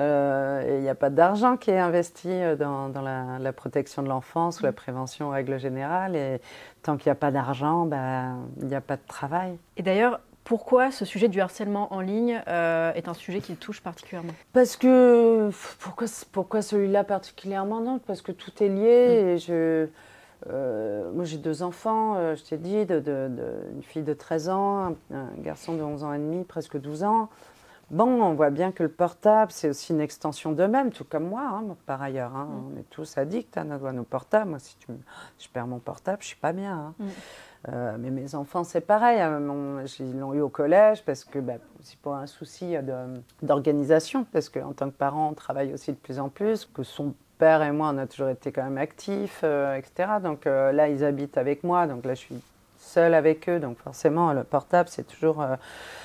euh, n'y a pas d'argent qui est investi dans, dans la, la protection de l'enfance ou la prévention en règle générale, et tant qu'il n'y a pas d'argent, bah, il n'y a pas de travail. Et d'ailleurs, pourquoi ce sujet du harcèlement en ligne euh, est un sujet qui le touche particulièrement ? Parce que, pourquoi, pourquoi celui-là particulièrement ? Non, parce que tout est lié. Mmh. Et je, euh, moi, j'ai deux enfants, euh, je t'ai dit, de, de, de, une fille de treize ans, un, un garçon de onze ans et demi, presque douze ans. Bon, on voit bien que le portable, c'est aussi une extension d'eux-mêmes, tout comme moi, hein, par ailleurs. Hein, mmh. On est tous addicts à nos, à nos portables. Moi, si tu, je perds mon portable, je ne suis pas bien. Hein. Mmh. Euh, mais mes enfants, c'est pareil. Hein, mon, ils l'ont eu au collège parce que bah, c'est pour un souci de, d'organisation, parce qu'en tant que parent, on travaille aussi de plus en plus, que son père et moi, on a toujours été quand même actifs, euh, et cetera. Donc euh, là, ils habitent avec moi, donc là, je suis seule avec eux. Donc forcément, le portable, c'est toujours euh,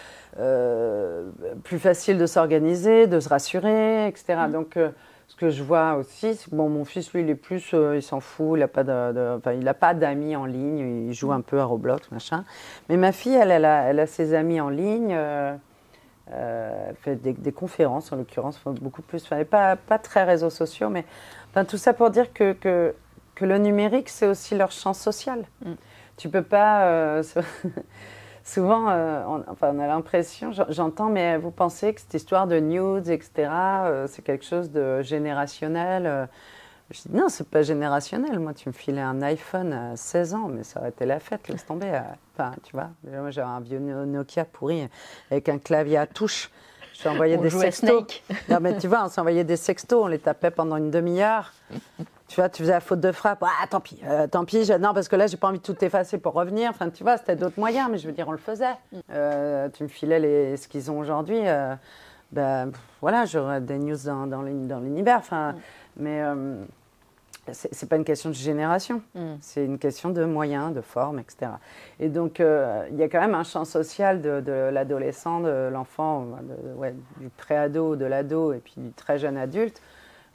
euh, plus facile de s'organiser, de se rassurer, et cetera. Mmh. Donc... Euh, Ce que je vois aussi, c'est que bon, mon fils, lui, il est plus, euh, il s'en fout, il n'a pas, de, de, enfin, il a pas d'amis en ligne, il joue un peu à Roblox, machin. Mais ma fille, elle, elle, a, elle a ses amis en ligne, euh, euh, elle fait des, des conférences, en l'occurrence, beaucoup plus, enfin, pas, pas très réseaux sociaux, mais enfin, tout ça pour dire que, que, que le numérique, c'est aussi leur champ social. Mm. Tu peux pas... Euh, Souvent, euh, on, enfin, on a l'impression, j'entends, mais vous pensez que cette histoire de nudes, et cetera, euh, c'est quelque chose de générationnel euh. Je dis non, c'est pas générationnel. Moi, tu me filais un iPhone à seize ans, mais ça aurait été la fête, laisse tomber. Enfin, tu vois, moi, j'avais un vieux Nokia pourri avec un clavier à touche. Je t'ai envoyé des sextos. Non, mais tu vois, on s'envoyait des sextos, on les tapait pendant une demi-heure. Tu vois, tu faisais la faute de frappe. Ah, tant pis, euh, tant pis. Je... Non, parce que là, j'ai pas envie de tout effacer pour revenir. Enfin, tu vois, c'était d'autres moyens, mais je veux dire, on le faisait. Euh, tu me filais les... ce qu'ils ont aujourd'hui. Euh, ben, voilà, j'aurais des news dans, dans l'univers. Enfin, mm. mais euh, c'est, c'est pas une question de génération. Mm. C'est une question de moyens, de forme, et cetera. Et donc, euh, il y a quand même un champ social de, de l'adolescent, de l'enfant, de, ouais, du pré-ado, de l'ado, et puis du très jeune adulte.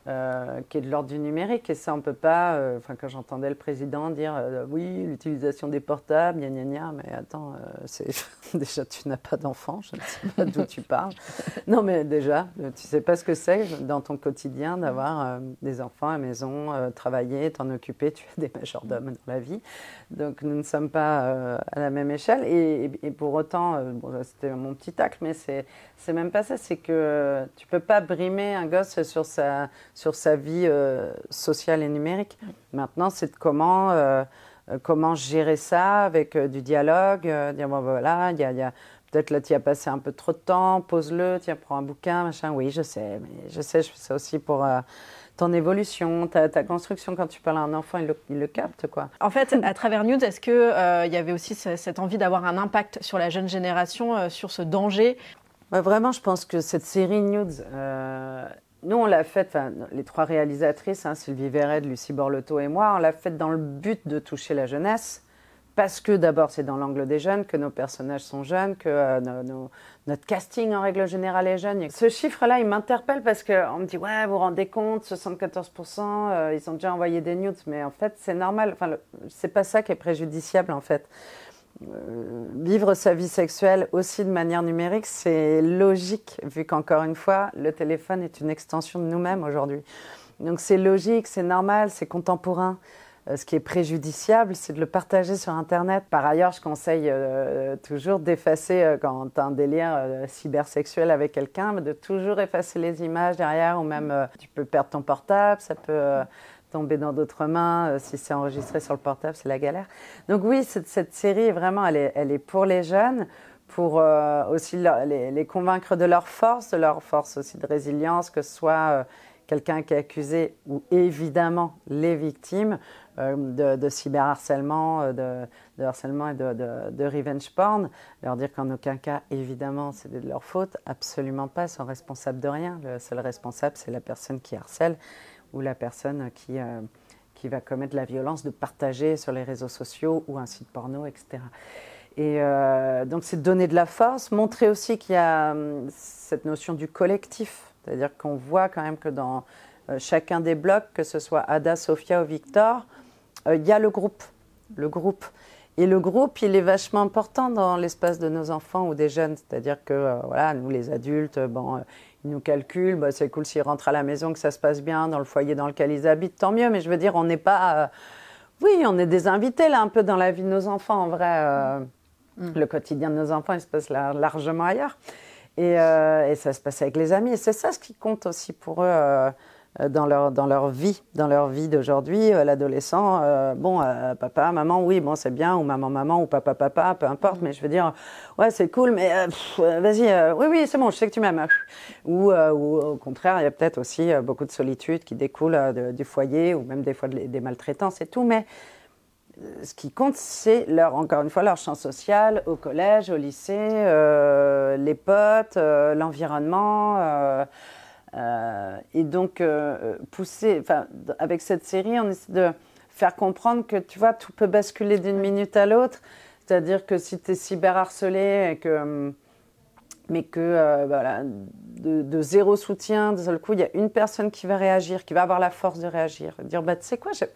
euh, qui est de l'ordre du numérique. Et ça, on ne peut pas... euh, Enfin, quand j'entendais le président dire euh, oui, l'utilisation des portables, gna gna gna, mais attends, euh, c'est... déjà, tu n'as pas d'enfant, je ne sais pas d'où tu parles. Non, mais déjà, tu ne sais pas ce que c'est dans ton quotidien d'avoir euh, des enfants à la maison, euh, travailler, t'en occuper, tu as des majordomes dans la vie. Donc, nous ne sommes pas euh, à la même échelle. Et, et, et pour autant, euh, bon, c'était mon petit tacle, mais c'est, c'est même pas ça. C'est que euh, tu ne peux pas brimer un gosse sur sa, sur sa vie euh, sociale et numérique. Maintenant, c'est de comment, euh, comment gérer ça avec euh, du dialogue, euh, dire, bon, voilà, il y a... Y a peut-être là, tu y as passé un peu trop de temps, pose-le, tiens, prends un bouquin, machin. Oui, je sais, mais je sais, je fais ça aussi pour euh, ton évolution, ta, ta construction. Quand tu parles à un enfant, il le, il le capte, quoi. En fait, à travers Nudes, est-ce qu'il euh, y avait aussi ce, cette envie d'avoir un impact sur la jeune génération, euh, sur ce danger ? Ouais, vraiment, je pense que cette série Nudes, euh, nous, on l'a faite, les trois réalisatrices, hein, Sylvie Verred, Lucie Borlotto et moi, on l'a faite dans le but de toucher la jeunesse. Parce que d'abord, c'est dans l'angle des jeunes, que nos personnages sont jeunes, que euh, nos, nos, notre casting en règle générale est jeune. Ce chiffre-là, il m'interpelle parce qu'on me dit « Ouais, vous vous rendez compte, soixante-quatorze pour cent, euh, ils ont déjà envoyé des nudes. » Mais en fait, c'est normal. Enfin, le, c'est pas ça qui est préjudiciable, en fait. Euh, vivre sa vie sexuelle aussi de manière numérique, c'est logique, vu qu'encore une fois, le téléphone est une extension de nous-mêmes aujourd'hui. Donc c'est logique, c'est normal, c'est contemporain. Ce qui est préjudiciable, c'est de le partager sur Internet. Par ailleurs, je conseille euh, toujours d'effacer, euh, quand tu as un délire euh, cybersexuel avec quelqu'un, de toujours effacer les images derrière, ou même euh, tu peux perdre ton portable, ça peut euh, tomber dans d'autres mains. Euh, si c'est enregistré sur le portable, c'est la galère. Donc oui, cette, cette série, vraiment, elle est, elle est pour les jeunes, pour euh, aussi leur, les, les convaincre de leur force, de leur force aussi de résilience, que ce soit euh, quelqu'un qui est accusé ou évidemment les victimes, Euh, de, de cyberharcèlement, de, de harcèlement et de, de, de revenge porn, leur dire qu'en aucun cas, évidemment, c'est de leur faute, absolument pas, ils sont responsables de rien. Le seul responsable, c'est la personne qui harcèle ou la personne qui, euh, qui va commettre la violence de partager sur les réseaux sociaux ou un site porno, et cetera. Et euh, donc, c'est de donner de la force, montrer aussi qu'il y a euh, cette notion du collectif, c'est-à-dire qu'on voit quand même que dans euh, chacun des blocs, que ce soit Ada, Sophia ou Victor, il euh, y a le groupe, le groupe. Et le groupe, il est vachement important dans l'espace de nos enfants ou des jeunes. C'est-à-dire que, euh, voilà, nous, les adultes, bon, euh, ils nous calculent, bah, c'est cool s'ils rentrent à la maison, que ça se passe bien dans le foyer dans lequel ils habitent, tant mieux. Mais je veux dire, on n'est pas... Euh, oui, on est des invités, là, un peu dans la vie de nos enfants, en vrai. Euh, mmh. Le quotidien de nos enfants, il se passe là, largement ailleurs. Et, euh, et ça se passe avec les amis. Et c'est ça ce qui compte aussi pour eux... Euh, Dans leur, dans leur vie, dans leur vie d'aujourd'hui, euh, l'adolescent, euh, bon, euh, papa, maman, oui, bon, c'est bien, ou maman, maman, ou papa, papa, peu importe, mmh. mais je veux dire, ouais, c'est cool, mais euh, pff, vas-y, euh, oui, oui, c'est bon, je sais que tu m'aimes. Ou, euh, ou au contraire, il y a peut-être aussi euh, beaucoup de solitude qui découle euh, de, du foyer, ou même des fois de, des maltraitances et tout, mais euh, ce qui compte, c'est, leur, encore une fois, leur champ social, au collège, au lycée, euh, les potes, euh, l'environnement... Euh, Euh, et donc, euh, pousser, enfin, avec cette série, on essaie de faire comprendre que, tu vois, tout peut basculer d'une minute à l'autre. C'est-à-dire que si tu es cyberharcelé, et que, mais que, euh, voilà, de, de zéro soutien, d'un seul coup, il y a une personne qui va réagir, qui va avoir la force de réagir, dire, bah, tu sais quoi, j'ai...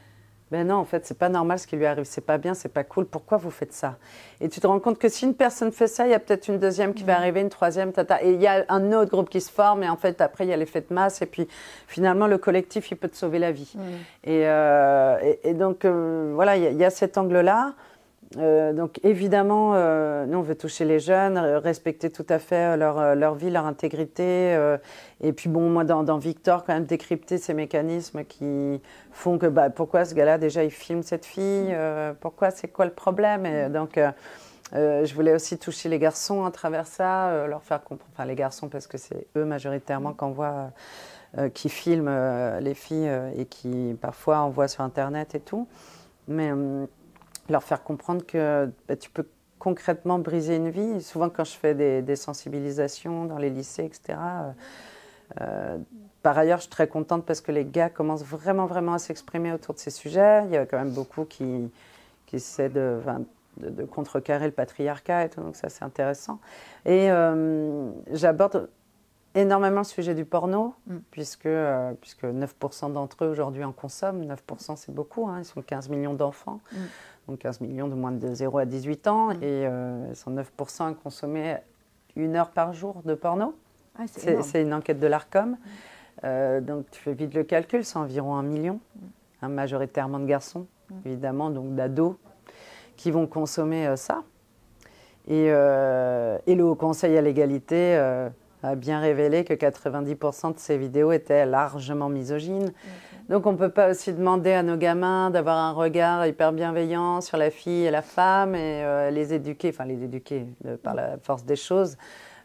Ben non, en fait, c'est pas normal ce qui lui arrive, c'est pas bien, c'est pas cool, pourquoi vous faites ça? Et tu te rends compte que si une personne fait ça, il y a peut-être une deuxième qui va arriver, une troisième, tata, et il y a un autre groupe qui se forme, et en fait, après, il y a l'effet de masse, et puis finalement, le collectif, il peut te sauver la vie. Mmh. Et, euh, et, et donc, euh, voilà, il y, y a cet angle-là. Euh, donc évidemment, euh, nous on veut toucher les jeunes, respecter tout à fait leur, leur vie, leur intégrité. Euh, et puis bon, moi dans, dans Victor, quand même décrypter ces mécanismes qui font que bah, pourquoi ce gars-là déjà il filme cette fille, euh, pourquoi, c'est quoi le problème? Et donc euh, euh, je voulais aussi toucher les garçons à travers ça, euh, leur faire comprendre, enfin les garçons parce que c'est eux majoritairement qu'on voit euh, qui filment euh, les filles euh, et qui parfois envoient sur Internet et tout. Mais euh, leur faire comprendre que bah, tu peux concrètement briser une vie. Souvent, quand je fais des, des sensibilisations dans les lycées, et cetera, euh, euh, par ailleurs, je suis très contente parce que les gars commencent vraiment, vraiment à s'exprimer autour de ces sujets. Il y a quand même beaucoup qui, qui essaient de, de, de contrecarrer le patriarcat et tout, donc ça, c'est intéressant. Et euh, j'aborde énormément le sujet du porno, Mm. puisque, euh, puisque neuf pour cent d'entre eux aujourd'hui en consomment. neuf pour cent c'est beaucoup, hein, ils sont quinze millions d'enfants, Mm. donc quinze millions de moins de zéro à dix-huit ans, Mm. et euh, ils sont neuf pour cent à consommer une heure par jour de porno. Ah, c'est C'est, énorme. c'est une enquête de l'Arcom. Mm. Euh, donc tu fais vite le calcul, c'est environ un million, mm. hein, majoritairement de garçons, mm. évidemment, donc d'ados, qui vont consommer euh, ça. Et, euh, et le Haut Conseil à l'égalité euh, a bien révélé que quatre-vingt-dix pour cent de ces vidéos étaient largement misogynes. Okay. Donc on ne peut pas aussi demander à nos gamins d'avoir un regard hyper bienveillant sur la fille et la femme et euh, les éduquer, enfin les éduquer de, par la force des choses,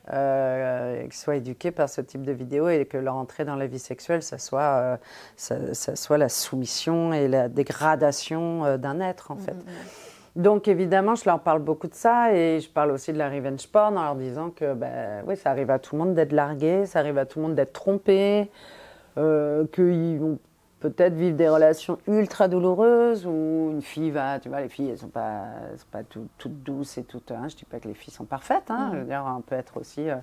euh, qu'ils soient éduqués par ce type de vidéos et que leur entrée dans la vie sexuelle, ça soit, euh, ça, ça soit la soumission et la dégradation euh, d'un être en fait. Mmh. Donc évidemment, je leur parle beaucoup de ça et je parle aussi de la revenge porn en leur disant que ben, oui, ça arrive à tout le monde d'être largué, ça arrive à tout le monde d'être trompé, euh, qu'ils vont peut-être vivre des relations ultra douloureuses où une fille va, tu vois, les filles, elles ne sont pas, elles sont pas tout, toutes douces et toutes, hein, je ne dis pas que les filles sont parfaites, hein, mmh. je veux dire, on peut être aussi euh,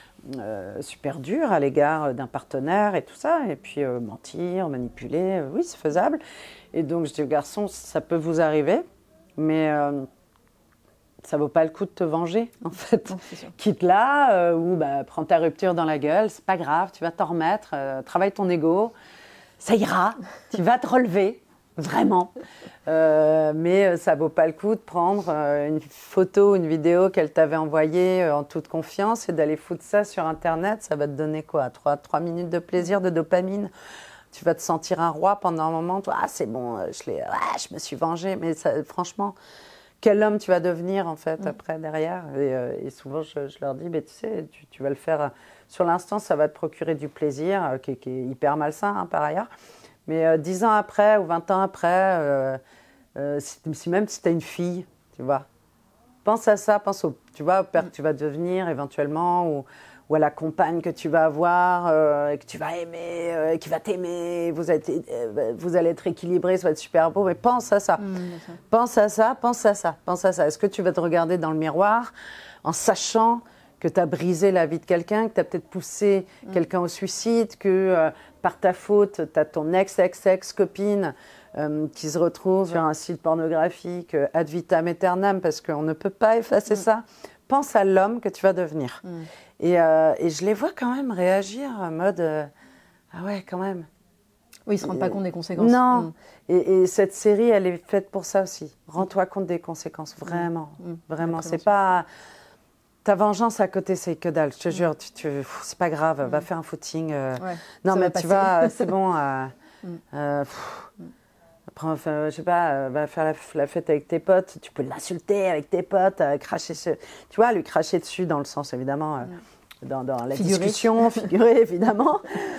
euh, super dur à l'égard d'un partenaire et tout ça, et puis euh, mentir, manipuler, euh, oui, c'est faisable. Et donc je dis aux garçons, ça peut vous arriver. Mais euh, ça ne vaut pas le coup de te venger, en fait. Non, quitte là, euh, ou bah, prends ta rupture dans la gueule, c'est pas grave, tu vas t'en remettre, euh, travaille ton ego, ça ira, tu vas te relever, vraiment. Euh, mais ça ne vaut pas le coup de prendre euh, une photo, une vidéo qu'elle t'avait envoyée euh, en toute confiance et d'aller foutre ça sur Internet. Ça va te donner quoi, trois, trois minutes de plaisir, de dopamine. Tu vas te sentir un roi pendant un moment. Toi, ah, c'est bon, je, l'ai, ah, je me suis vengée. Mais ça, franchement, quel homme tu vas devenir, en fait, mmh. après, derrière et, euh, et souvent, je, je leur dis, mais tu sais, tu, tu vas le faire. Sur l'instant, ça va te procurer du plaisir, euh, qui, qui est hyper malsain, hein, par ailleurs. Mais euh, dix ans après ou vingt ans après, euh, euh, si, si même si tu as une fille, tu vois, pense à ça, pense au, tu vois, au père mmh. que tu vas devenir éventuellement, ou... ou à la compagne que tu vas avoir, euh, que tu vas aimer, euh, qui va t'aimer, vous, êtes, euh, vous allez être équilibré, ça va être super beau, mais pense à ça. Mmh, pense à ça, pense à ça, pense à ça. Est-ce que tu vas te regarder dans le miroir en sachant que tu as brisé la vie de quelqu'un, que tu as peut-être poussé mmh. quelqu'un au suicide, que euh, par ta faute, tu as ton ex-ex-ex-copine euh, qui se retrouve mmh. sur un site pornographique euh, ad vitam aeternam, parce qu'on ne peut pas effacer mmh. ça. Pense à l'homme que tu vas devenir. Mmh. Et, euh, et je les vois quand même réagir en mode euh, ah ouais, quand même. Oui, ils ne se rendent et, pas compte des conséquences. Non. Mmh. Et, et cette série, elle est faite pour ça aussi. Rends-toi compte des conséquences, vraiment. Mmh. Vraiment. C'est pas. Ta vengeance à côté, c'est que dalle. Je te mmh. jure, tu, tu, pff, c'est pas grave. Mmh. Va faire un footing. Euh... Ouais, non, mais va tu vas, c'est bon. Euh, mmh. euh, pff, mmh. Après, enfin, je sais pas, euh, va faire la, la fête avec tes potes, tu peux l'insulter avec tes potes, euh, cracher sur, tu vois, lui cracher dessus dans le sens, évidemment, euh, mmh. dans, dans la figuré. discussion, figurée, évidemment.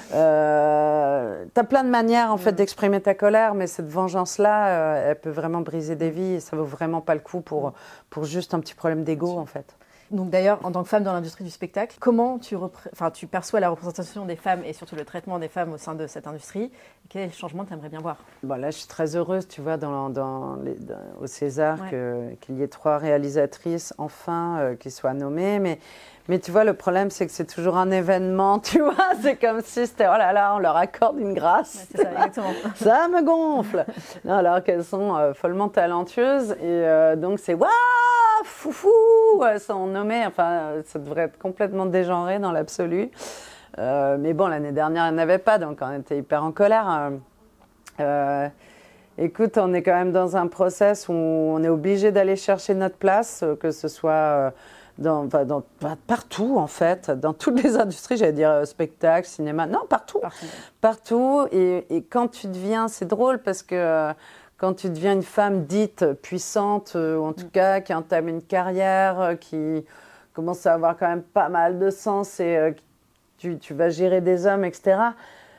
Euh, tu as plein de manières, en fait, mmh. d'exprimer ta colère, mais cette vengeance-là, euh, elle peut vraiment briser des vies et ça vaut vraiment pas le coup pour, pour juste un petit problème d'ego, en fait. Donc d'ailleurs, en tant que femme dans l'industrie du spectacle, comment tu, repré- enfin, tu perçois la représentation des femmes et surtout le traitement des femmes au sein de cette industrie? Quels changements tu aimerais bien voir? Bon, là, je suis très heureuse, tu vois, dans, dans les, dans, au César, ouais. que, qu'il y ait trois réalisatrices, enfin, euh, qui soient nommées. Mais, mais tu vois, le problème, c'est que c'est toujours un événement, tu vois. C'est comme si c'était, oh là là, on leur accorde une grâce. Ouais, c'est ça, exactement. Ça me gonfle. Non, alors qu'elles sont euh, follement talentueuses. Et euh, donc, c'est waouh, foufou, elles sont nommées. Enfin, ça devrait être complètement dégenré dans l'absolu. Euh, mais bon, l'année dernière, il n'y en avait pas, donc on était hyper en colère. Euh, écoute, on est quand même dans un process où on est obligé d'aller chercher notre place, que ce soit dans, enfin, dans, partout, en fait, dans toutes les industries, j'allais dire spectacle, cinéma, non, partout. Partout. partout et, et quand tu deviens, c'est drôle parce que quand tu deviens une femme dite puissante, ou en tout cas qui entame une carrière, qui commence à avoir quand même pas mal de sens et Tu, tu vas gérer des hommes, et cetera,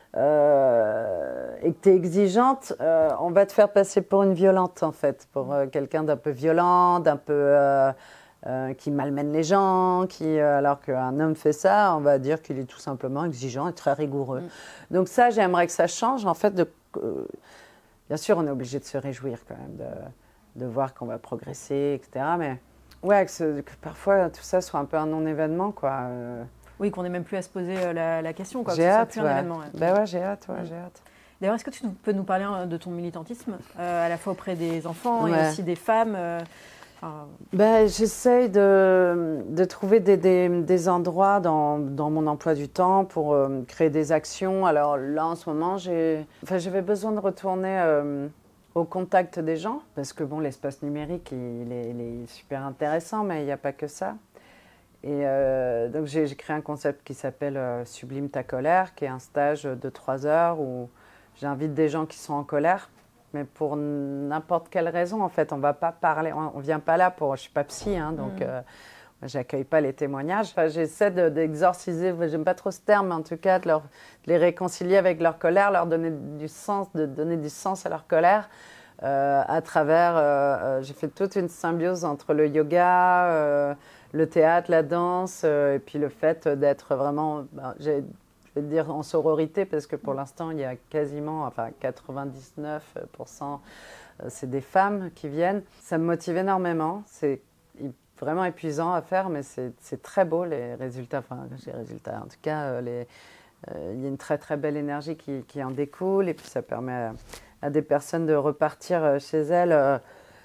euh, et que tu es exigeante, euh, on va te faire passer pour une violente, en fait, pour euh, quelqu'un d'un peu violent, d'un peu euh, euh, qui malmène les gens, qui, euh, alors qu'un homme fait ça, on va dire qu'il est tout simplement exigeant et très rigoureux. Mm. Donc ça, j'aimerais que ça change, en fait. De, euh, bien sûr, on est obligé de se réjouir quand même, de, de voir qu'on va progresser, et cetera, mais ouais, que, ce, que parfois tout ça soit un peu un non-événement, quoi. Euh, Oui, qu'on n'ait même plus à se poser euh, la, la question, quoi. J'ai que ce soit hâte, plus ouais. un événement. Ouais. Ben ouais, j'ai hâte, ouais, Ouais. j'ai hâte. D'ailleurs, est-ce que tu peux nous parler de ton militantisme, euh, à la fois auprès des enfants Ouais. et aussi des femmes euh, enfin... ben, J'essaye de, de trouver des, des, des endroits dans, dans mon emploi du temps pour euh, créer des actions. Alors là, en ce moment, j'ai, enfin, j'avais besoin de retourner euh, au contact des gens, parce que bon, l'espace numérique, il est, il est super intéressant, mais il n'y a pas que ça. Et euh, donc j'ai, j'ai créé un concept qui s'appelle euh, Sublime ta colère, qui est un stage de trois heures où j'invite des gens qui sont en colère, mais pour n'importe quelle raison, en fait. On va pas parler, on ne vient pas là pour... Je ne suis pas psy, hein, donc mmh. euh, je n'accueille pas les témoignages. Enfin, j'essaie de, d'exorciser, j'aime pas trop ce terme, mais en tout cas, de, leur, de les réconcilier avec leur colère, leur donner du sens, de donner du sens à leur colère. Euh, à travers, euh, euh, j'ai fait toute une symbiose entre le yoga, euh, le théâtre, la danse, euh, et puis le fait d'être vraiment... Ben, j'ai, je vais te dire en sororité, parce que pour l'instant, il y a quasiment, enfin quatre-vingt-dix-neuf pour cent, c'est des femmes qui viennent. Ça me motive énormément. C'est vraiment épuisant à faire, mais c'est, c'est très beau, les résultats. Enfin, les résultats, en tout cas, les, euh, il y a une très, très belle énergie qui, qui en découle. Et puis, ça permet à, à des personnes de repartir chez elles euh,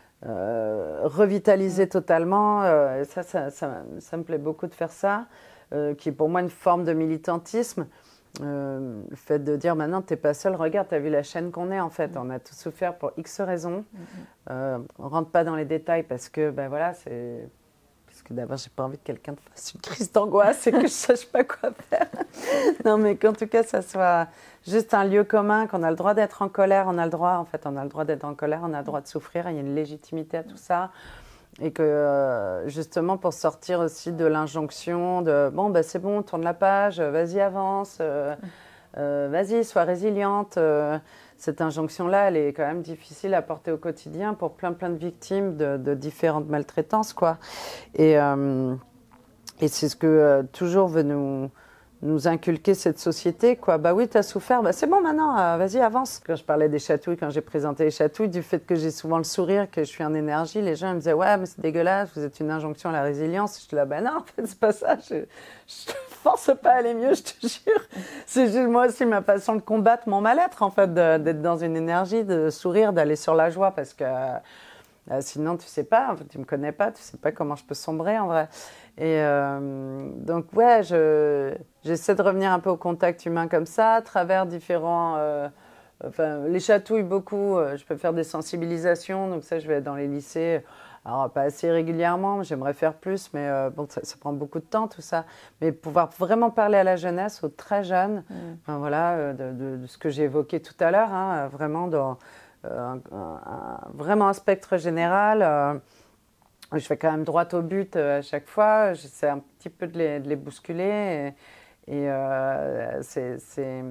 euh, revitalisées totalement. Euh, ça, ça, ça, ça me plaît beaucoup de faire ça. Euh, qui est pour moi une forme de militantisme. Euh, le fait de dire maintenant, tu n'es pas seul, regarde, tu as vu la chaîne qu'on est en fait. On a tous souffert pour X raisons. Euh, on ne rentre pas dans les détails parce que, ben voilà, c'est. Parce que d'abord, j'ai pas envie que quelqu'un te fasse une crise d'angoisse et que je ne sache pas quoi faire. Non, mais qu'en tout cas, ça soit juste un lieu commun, qu'on a le droit d'être en colère, on a le droit, en fait, on a le droit d'être en colère, on a le droit de souffrir, il y a une légitimité à tout ça. Et que euh, justement pour sortir aussi de l'injonction de bon ben c'est bon, tourne la page, vas-y avance, euh, euh, vas-y sois résiliente. Euh, cette injonction-là, elle est quand même difficile à porter au quotidien pour plein plein de victimes de, de différentes maltraitances quoi. Et, euh, et c'est ce que euh, toujours veut nous nous inculquer cette société, quoi. Bah oui, t'as souffert, bah c'est bon maintenant, euh, vas-y, avance. Quand je parlais des chatouilles, quand j'ai présenté les chatouilles, du fait que j'ai souvent le sourire, que je suis en énergie, les gens ils me disaient, ouais, mais c'est dégueulasse, vous êtes une injonction à la résilience. Je dis là, bah non, en fait, c'est pas ça, je, je te force pas à aller mieux, je te jure. C'est juste moi aussi ma façon de combattre mon mal-être, en fait, de, d'être dans une énergie, de sourire, d'aller sur la joie, parce que euh, sinon, tu sais pas, en fait, tu me connais pas, tu sais pas comment je peux sombrer, en vrai. Et euh, donc, ouais, je, j'essaie de revenir un peu au contact humain comme ça, à travers différents... Euh, enfin, les chatouilles, beaucoup. Euh, je peux faire des sensibilisations, donc ça, je vais être dans les lycées. Alors, pas assez régulièrement, j'aimerais faire plus, mais euh, bon, ça, ça prend beaucoup de temps, tout ça. Mais pouvoir vraiment parler à la jeunesse, aux très jeunes, mmh. enfin, voilà, euh, de, de, de ce que j'ai évoqué tout à l'heure, hein, vraiment dans euh, un, un, un, vraiment un spectre général. Euh, Je fais quand même droit au but euh, à chaque fois. J'essaie un petit peu de les, de les bousculer. Et, et euh, c'est, c'est,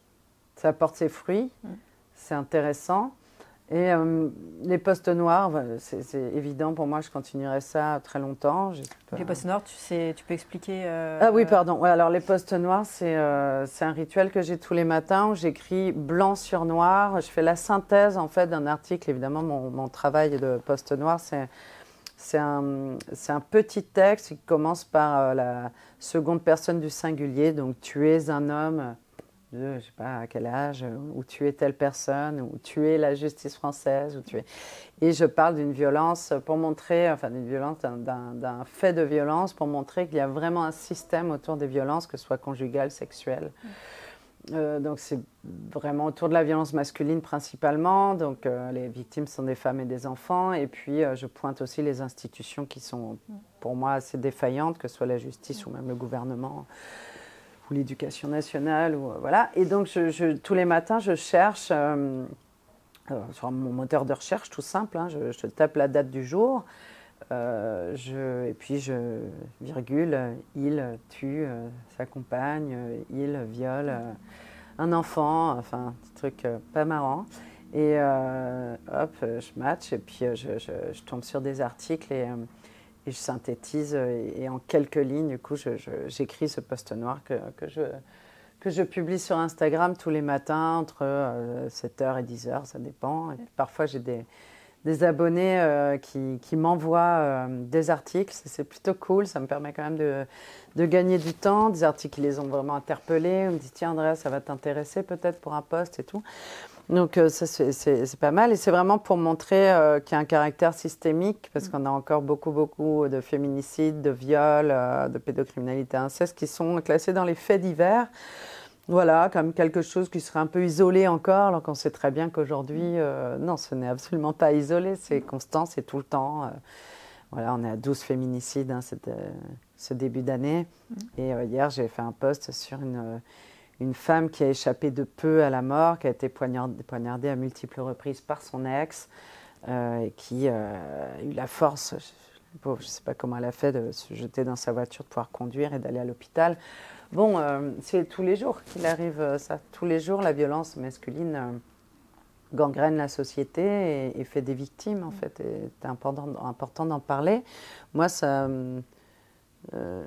ça apporte ses fruits. Mmh. C'est intéressant. Et euh, les postes noirs, c'est, c'est évident pour moi. Je continuerai ça très longtemps. Les postes noirs, tu, sais, tu peux expliquer euh, Ah oui, pardon. Ouais, alors les postes noirs, c'est, euh, c'est un rituel que j'ai tous les matins où j'écris blanc sur noir. Je fais la synthèse en fait d'un article. Évidemment, mon, mon travail de poste noir, c'est... C'est un, c'est un petit texte qui commence par euh, la seconde personne du singulier. Donc, tu es un homme de, je ne sais pas à quel âge, ou tu es telle personne, ou tu es la justice française. Ou tu es... Et je parle d'une violence pour montrer, enfin d'une violence, d'un, d'un, d'un fait de violence pour montrer qu'il y a vraiment un système autour des violences, que ce soit conjugales, sexuelles. Mmh. Euh, donc c'est vraiment autour de la violence masculine principalement, donc euh, les victimes sont des femmes et des enfants, et puis euh, je pointe aussi les institutions qui sont pour moi assez défaillantes, que ce soit la justice ou même le gouvernement ou l'éducation nationale, ou, euh, voilà. Et donc je, je, tous les matins je cherche euh, euh, sur mon moteur de recherche tout simple, hein, je, je tape la date du jour. Euh, je, et puis je virgule, il tue euh, sa compagne, euh, il viole euh, un enfant, enfin, un petit truc euh, pas marrant. Et euh, hop, je match et puis euh, je, je, je tombe sur des articles et, euh, et je synthétise. Et, et en quelques lignes, du coup, je, je, j'écris ce post noir que, que, je, que je publie sur Instagram tous les matins entre euh, sept heures et dix heures, ça dépend. Et parfois, j'ai des... des abonnés euh, qui, qui m'envoient euh, des articles. C'est plutôt cool, ça me permet quand même de, de gagner du temps. Des articles qui les ont vraiment interpellés. On me dit, tiens Andrea, ça va t'intéresser peut-être pour un post et tout. Donc euh, ça, c'est pas mal. Et c'est vraiment pour montrer euh, qu'il y a un caractère systémique, parce qu'on a encore beaucoup, beaucoup de féminicides, de viols, euh, de pédocriminalité, inceste, qui sont classés dans les faits divers. Voilà, comme quelque chose qui serait un peu isolé encore, alors qu'on sait très bien qu'aujourd'hui, euh, non, ce n'est absolument pas isolé, c'est constant, c'est tout le temps. Euh, voilà, on est à douze féminicides hein, cette, euh, ce début d'année. Mmh. Et euh, hier, j'ai fait un post sur une, euh, une femme qui a échappé de peu à la mort, qui a été poignardée, poignardée à multiples reprises par son ex, euh, et qui euh, a eu la force, je ne sais pas comment elle a fait, de se jeter dans sa voiture, de pouvoir conduire et d'aller à l'hôpital. Bon, euh, c'est tous les jours qu'il arrive euh, ça. Tous les jours, la violence masculine euh, gangrène la société et, et fait des victimes, en fait. Et c'est important, important d'en parler. Moi, ça, euh,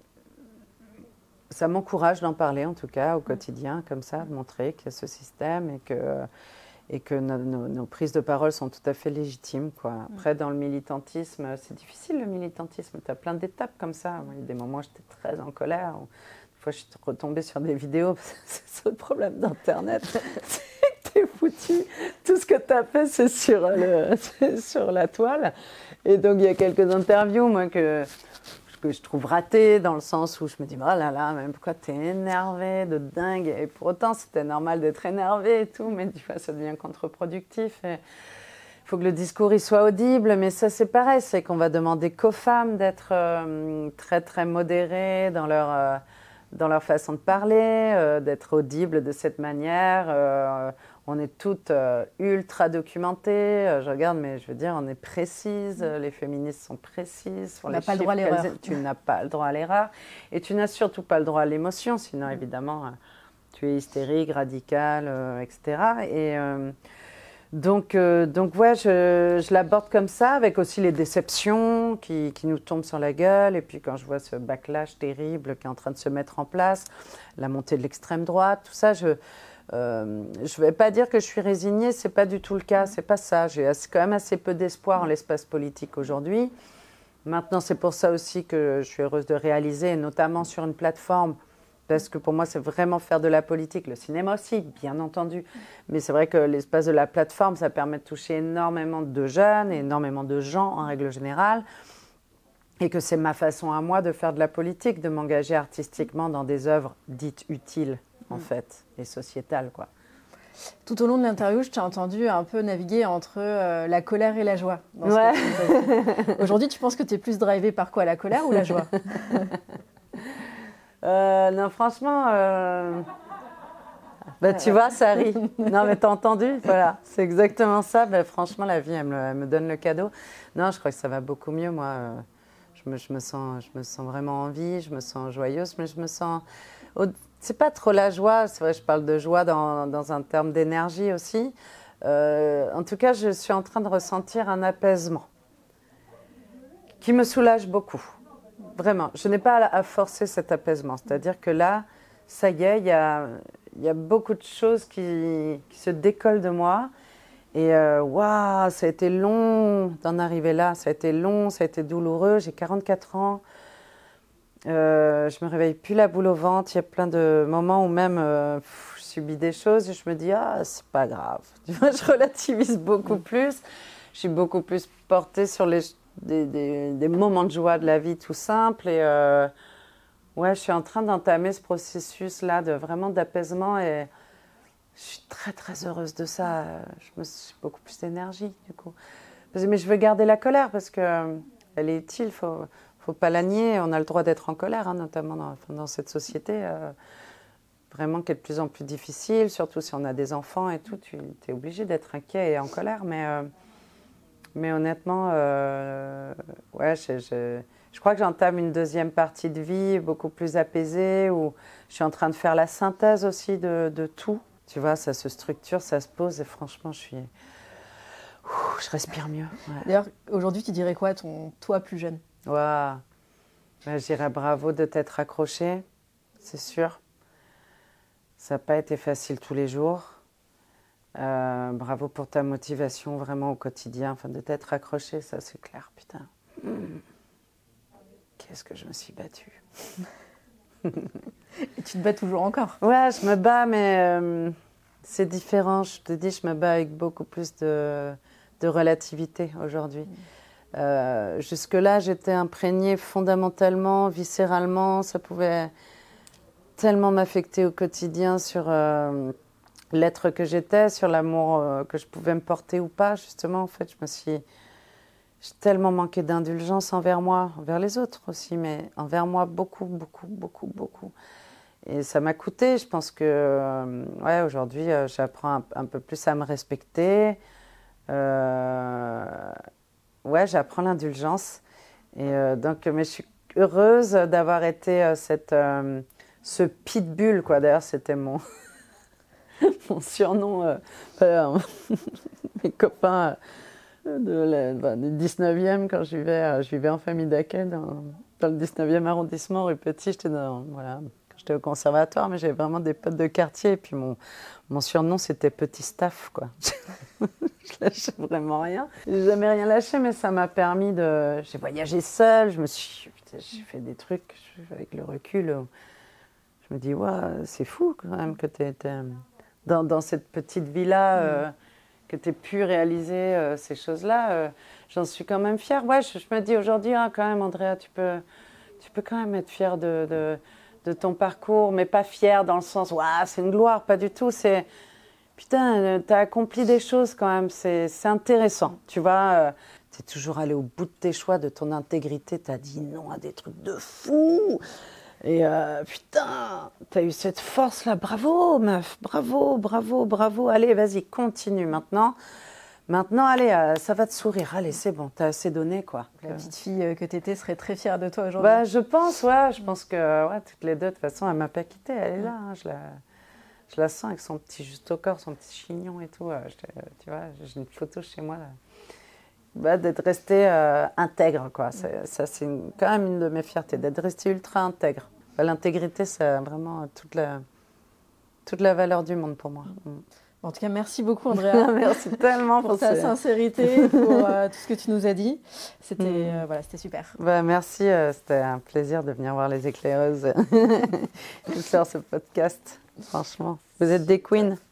ça m'encourage d'en parler, en tout cas, au quotidien, comme ça, de montrer qu'il y a ce système et que, et que nos, nos, nos prises de parole sont tout à fait légitimes, quoi. Après, dans le militantisme, c'est difficile, le militantisme. Tu as plein d'étapes comme ça. Moi, il y a des moments où j'étais très en colère. Où, fois, je suis retombée sur des vidéos, c'est le problème d'Internet, c'est que t'es foutu, tout ce que t'as fait, c'est sur, sur la toile. Et donc, il y a quelques interviews, moi, que, que je trouve ratées, dans le sens où je me dis, oh là là, mais pourquoi t'es énervée de dingue? Et pour autant, c'était normal d'être énervée et tout, mais des fois, ça devient contre-productif. Et il faut que le discours il soit audible, mais ça, c'est pareil, c'est qu'on va demander qu'aux femmes d'être euh, très, très modérées dans leur... Euh, dans leur façon de parler, euh, d'être audibles de cette manière. Euh, on est toutes euh, ultra documentées. Euh, je regarde, mais je veux dire, on est précises. Euh, les féministes sont précises. On n'a pas le droit à l'erreur. Tu n'as pas le droit à l'erreur. Et tu n'as surtout pas le droit à l'émotion. Sinon, évidemment, euh, tu es hystérique, radicale, euh, et cetera. Et... Euh, Donc, euh, donc ouais, je, je l'aborde comme ça, avec aussi les déceptions qui, qui nous tombent sur la gueule. Et puis quand je vois ce backlash terrible qui est en train de se mettre en place, la montée de l'extrême droite, tout ça, je euh, je vais pas dire que je suis résignée, c'est pas du tout le cas, c'est pas ça. J'ai quand même assez peu d'espoir en l'espace politique aujourd'hui. Maintenant, c'est pour ça aussi que je suis heureuse de réaliser, et notamment sur une plateforme, parce que pour moi, c'est vraiment faire de la politique. Le cinéma aussi, bien entendu. Mais c'est vrai que l'espace de la plateforme, ça permet de toucher énormément de jeunes, énormément de gens en règle générale. Et que c'est ma façon à moi de faire de la politique, de m'engager artistiquement dans des œuvres dites utiles, en fait, et sociétales, quoi. Tout au long de l'interview, je t'ai entendu un peu naviguer entre euh, la colère et la joie. Dans ce Ouais. Aujourd'hui, tu penses que tu es plus drivée par quoi, la colère ou la joie? Euh, non, franchement, euh... bah, tu vois, ça rit. Non, mais t'as entendu? Voilà, c'est exactement ça. Bah, franchement, la vie, elle me, elle me donne le cadeau. Non, je crois que ça va beaucoup mieux, moi. Je me, je me sens, je me sens vraiment en vie, je me sens joyeuse, mais je me sens... C'est pas trop la joie, c'est vrai, je parle de joie dans, dans un terme d'énergie aussi. Euh, en tout cas, je suis en train de ressentir un apaisement qui me soulage beaucoup. Vraiment, je n'ai pas à forcer cet apaisement. C'est-à-dire que là, ça y est, il y a, il y a beaucoup de choses qui, qui se décollent de moi. Et waouh, wow, ça a été long d'en arriver là. Ça a été long, ça a été douloureux. J'ai quarante-quatre ans. Euh, je me réveille plus la boule au ventre. Il y a plein de moments où même euh, pff, je subis des choses et je me dis, ah, c'est pas grave. Tu vois, je relativise beaucoup plus. Je suis beaucoup plus portée sur les... Des, des, des moments de joie de la vie tout simple et euh, ouais, je suis en train d'entamer ce processus-là de vraiment d'apaisement et je suis très très heureuse de ça. Je me suis beaucoup plus d'énergie du coup. Mais je veux garder la colère parce que elle est utile, faut faut pas la nier. On a le droit d'être en colère, hein, notamment dans, dans cette société euh, vraiment qui est de plus en plus difficile, surtout si on a des enfants et tout. Tu es obligé d'être inquiet et en colère, mais euh, Mais honnêtement, euh, ouais, je, je, je crois que j'entame une deuxième partie de vie beaucoup plus apaisée, où je suis en train de faire la synthèse aussi de, de tout. Tu vois, ça se structure, ça se pose, et franchement, je suis... Ouh, je respire mieux. Ouais. D'ailleurs, aujourd'hui, tu dirais quoi à ton toi plus jeune? Waouh, ben, je dirais bravo de t'être accroché, c'est sûr. Ça n'a pas été facile tous les jours. Euh, bravo pour ta motivation vraiment au quotidien, enfin, de t'être accroché, ça c'est clair, putain. Mmh. Qu'est-ce que je me suis battue. Et tu te bats toujours encore? Ouais, je me bats, mais euh, c'est différent. Je te dis, je me bats avec beaucoup plus de, de relativité aujourd'hui. Mmh. Euh, jusque-là, j'étais imprégnée fondamentalement, viscéralement. Ça pouvait tellement m'affecter au quotidien sur euh, l'être que j'étais, sur l'amour euh, que je pouvais me porter ou pas. Justement, en fait, je me suis... J'ai tellement manqué d'indulgence envers moi, envers les autres aussi, mais envers moi, beaucoup, beaucoup, beaucoup, beaucoup. Et ça m'a coûté. Je pense que, euh, ouais, aujourd'hui, euh, j'apprends un, un peu plus à me respecter. Euh, ouais, j'apprends l'indulgence. Et euh, donc, mais je suis heureuse d'avoir été euh, cette, euh, ce pitbull, quoi. D'ailleurs, c'était mon, mon surnom. Euh, euh, mes copains... Euh, De la, bah, du dix-neuvième, quand je vivais, euh, je vivais en famille d'accueil dans, dans le dix-neuvième arrondissement, rue Petit. J'étais dans, voilà, quand j'étais au conservatoire, mais j'avais vraiment des potes de quartier. Et puis mon, mon surnom, c'était Petit Staff, quoi. Je lâchais vraiment rien. J'ai jamais rien lâché, mais ça m'a permis de... J'ai voyagé seule, je me suis... Putain, j'ai fait des trucs, avec le recul, je me dis, ouais, c'est fou quand même que tu étais dans, dans cette petite vie-là... Mmh. Euh, que tu aies pu réaliser euh, ces choses-là, euh, j'en suis quand même fière. Ouais, je, je me dis aujourd'hui, hein, quand même, Andrea, tu peux, tu peux quand même être fière de, de, de ton parcours, mais pas fière dans le sens, ouais, c'est une gloire, pas du tout. C'est, putain, euh, tu as accompli des choses quand même, c'est, c'est intéressant. Tu vois, euh, tu es toujours allé au bout de tes choix, de ton intégrité, tu as dit non à des trucs de fou. Et euh, putain, t'as eu cette force-là, bravo meuf, bravo, bravo, bravo, allez, vas-y, continue maintenant. Maintenant, allez, euh, ça va te sourire, allez, c'est bon, t'as assez donné, quoi. La petite fille que t'étais serait très fière de toi aujourd'hui. Bah, je pense, ouais, je pense que ouais, toutes les deux, de toute façon, elle m'a pas quittée, elle est là, hein, je, la, je la sens avec son petit juste au corps, son petit chignon et tout, euh, je, tu vois, j'ai une photo chez moi, là. Bah, d'être restée euh, intègre, quoi. C'est, ça, c'est une, quand même une de mes fiertés, d'être restée ultra intègre. L'intégrité, c'est vraiment toute la, toute la valeur du monde pour moi. Mm. En tout cas, merci beaucoup, Andrea. Merci tellement pour, pour ta ce... pour pour euh, tout ce que tu nous as dit. C'était, mm. euh, voilà, c'était super. Bah, merci, euh, c'était un plaisir de venir voir les éclaireuses sur ce podcast. Franchement, vous êtes des queens.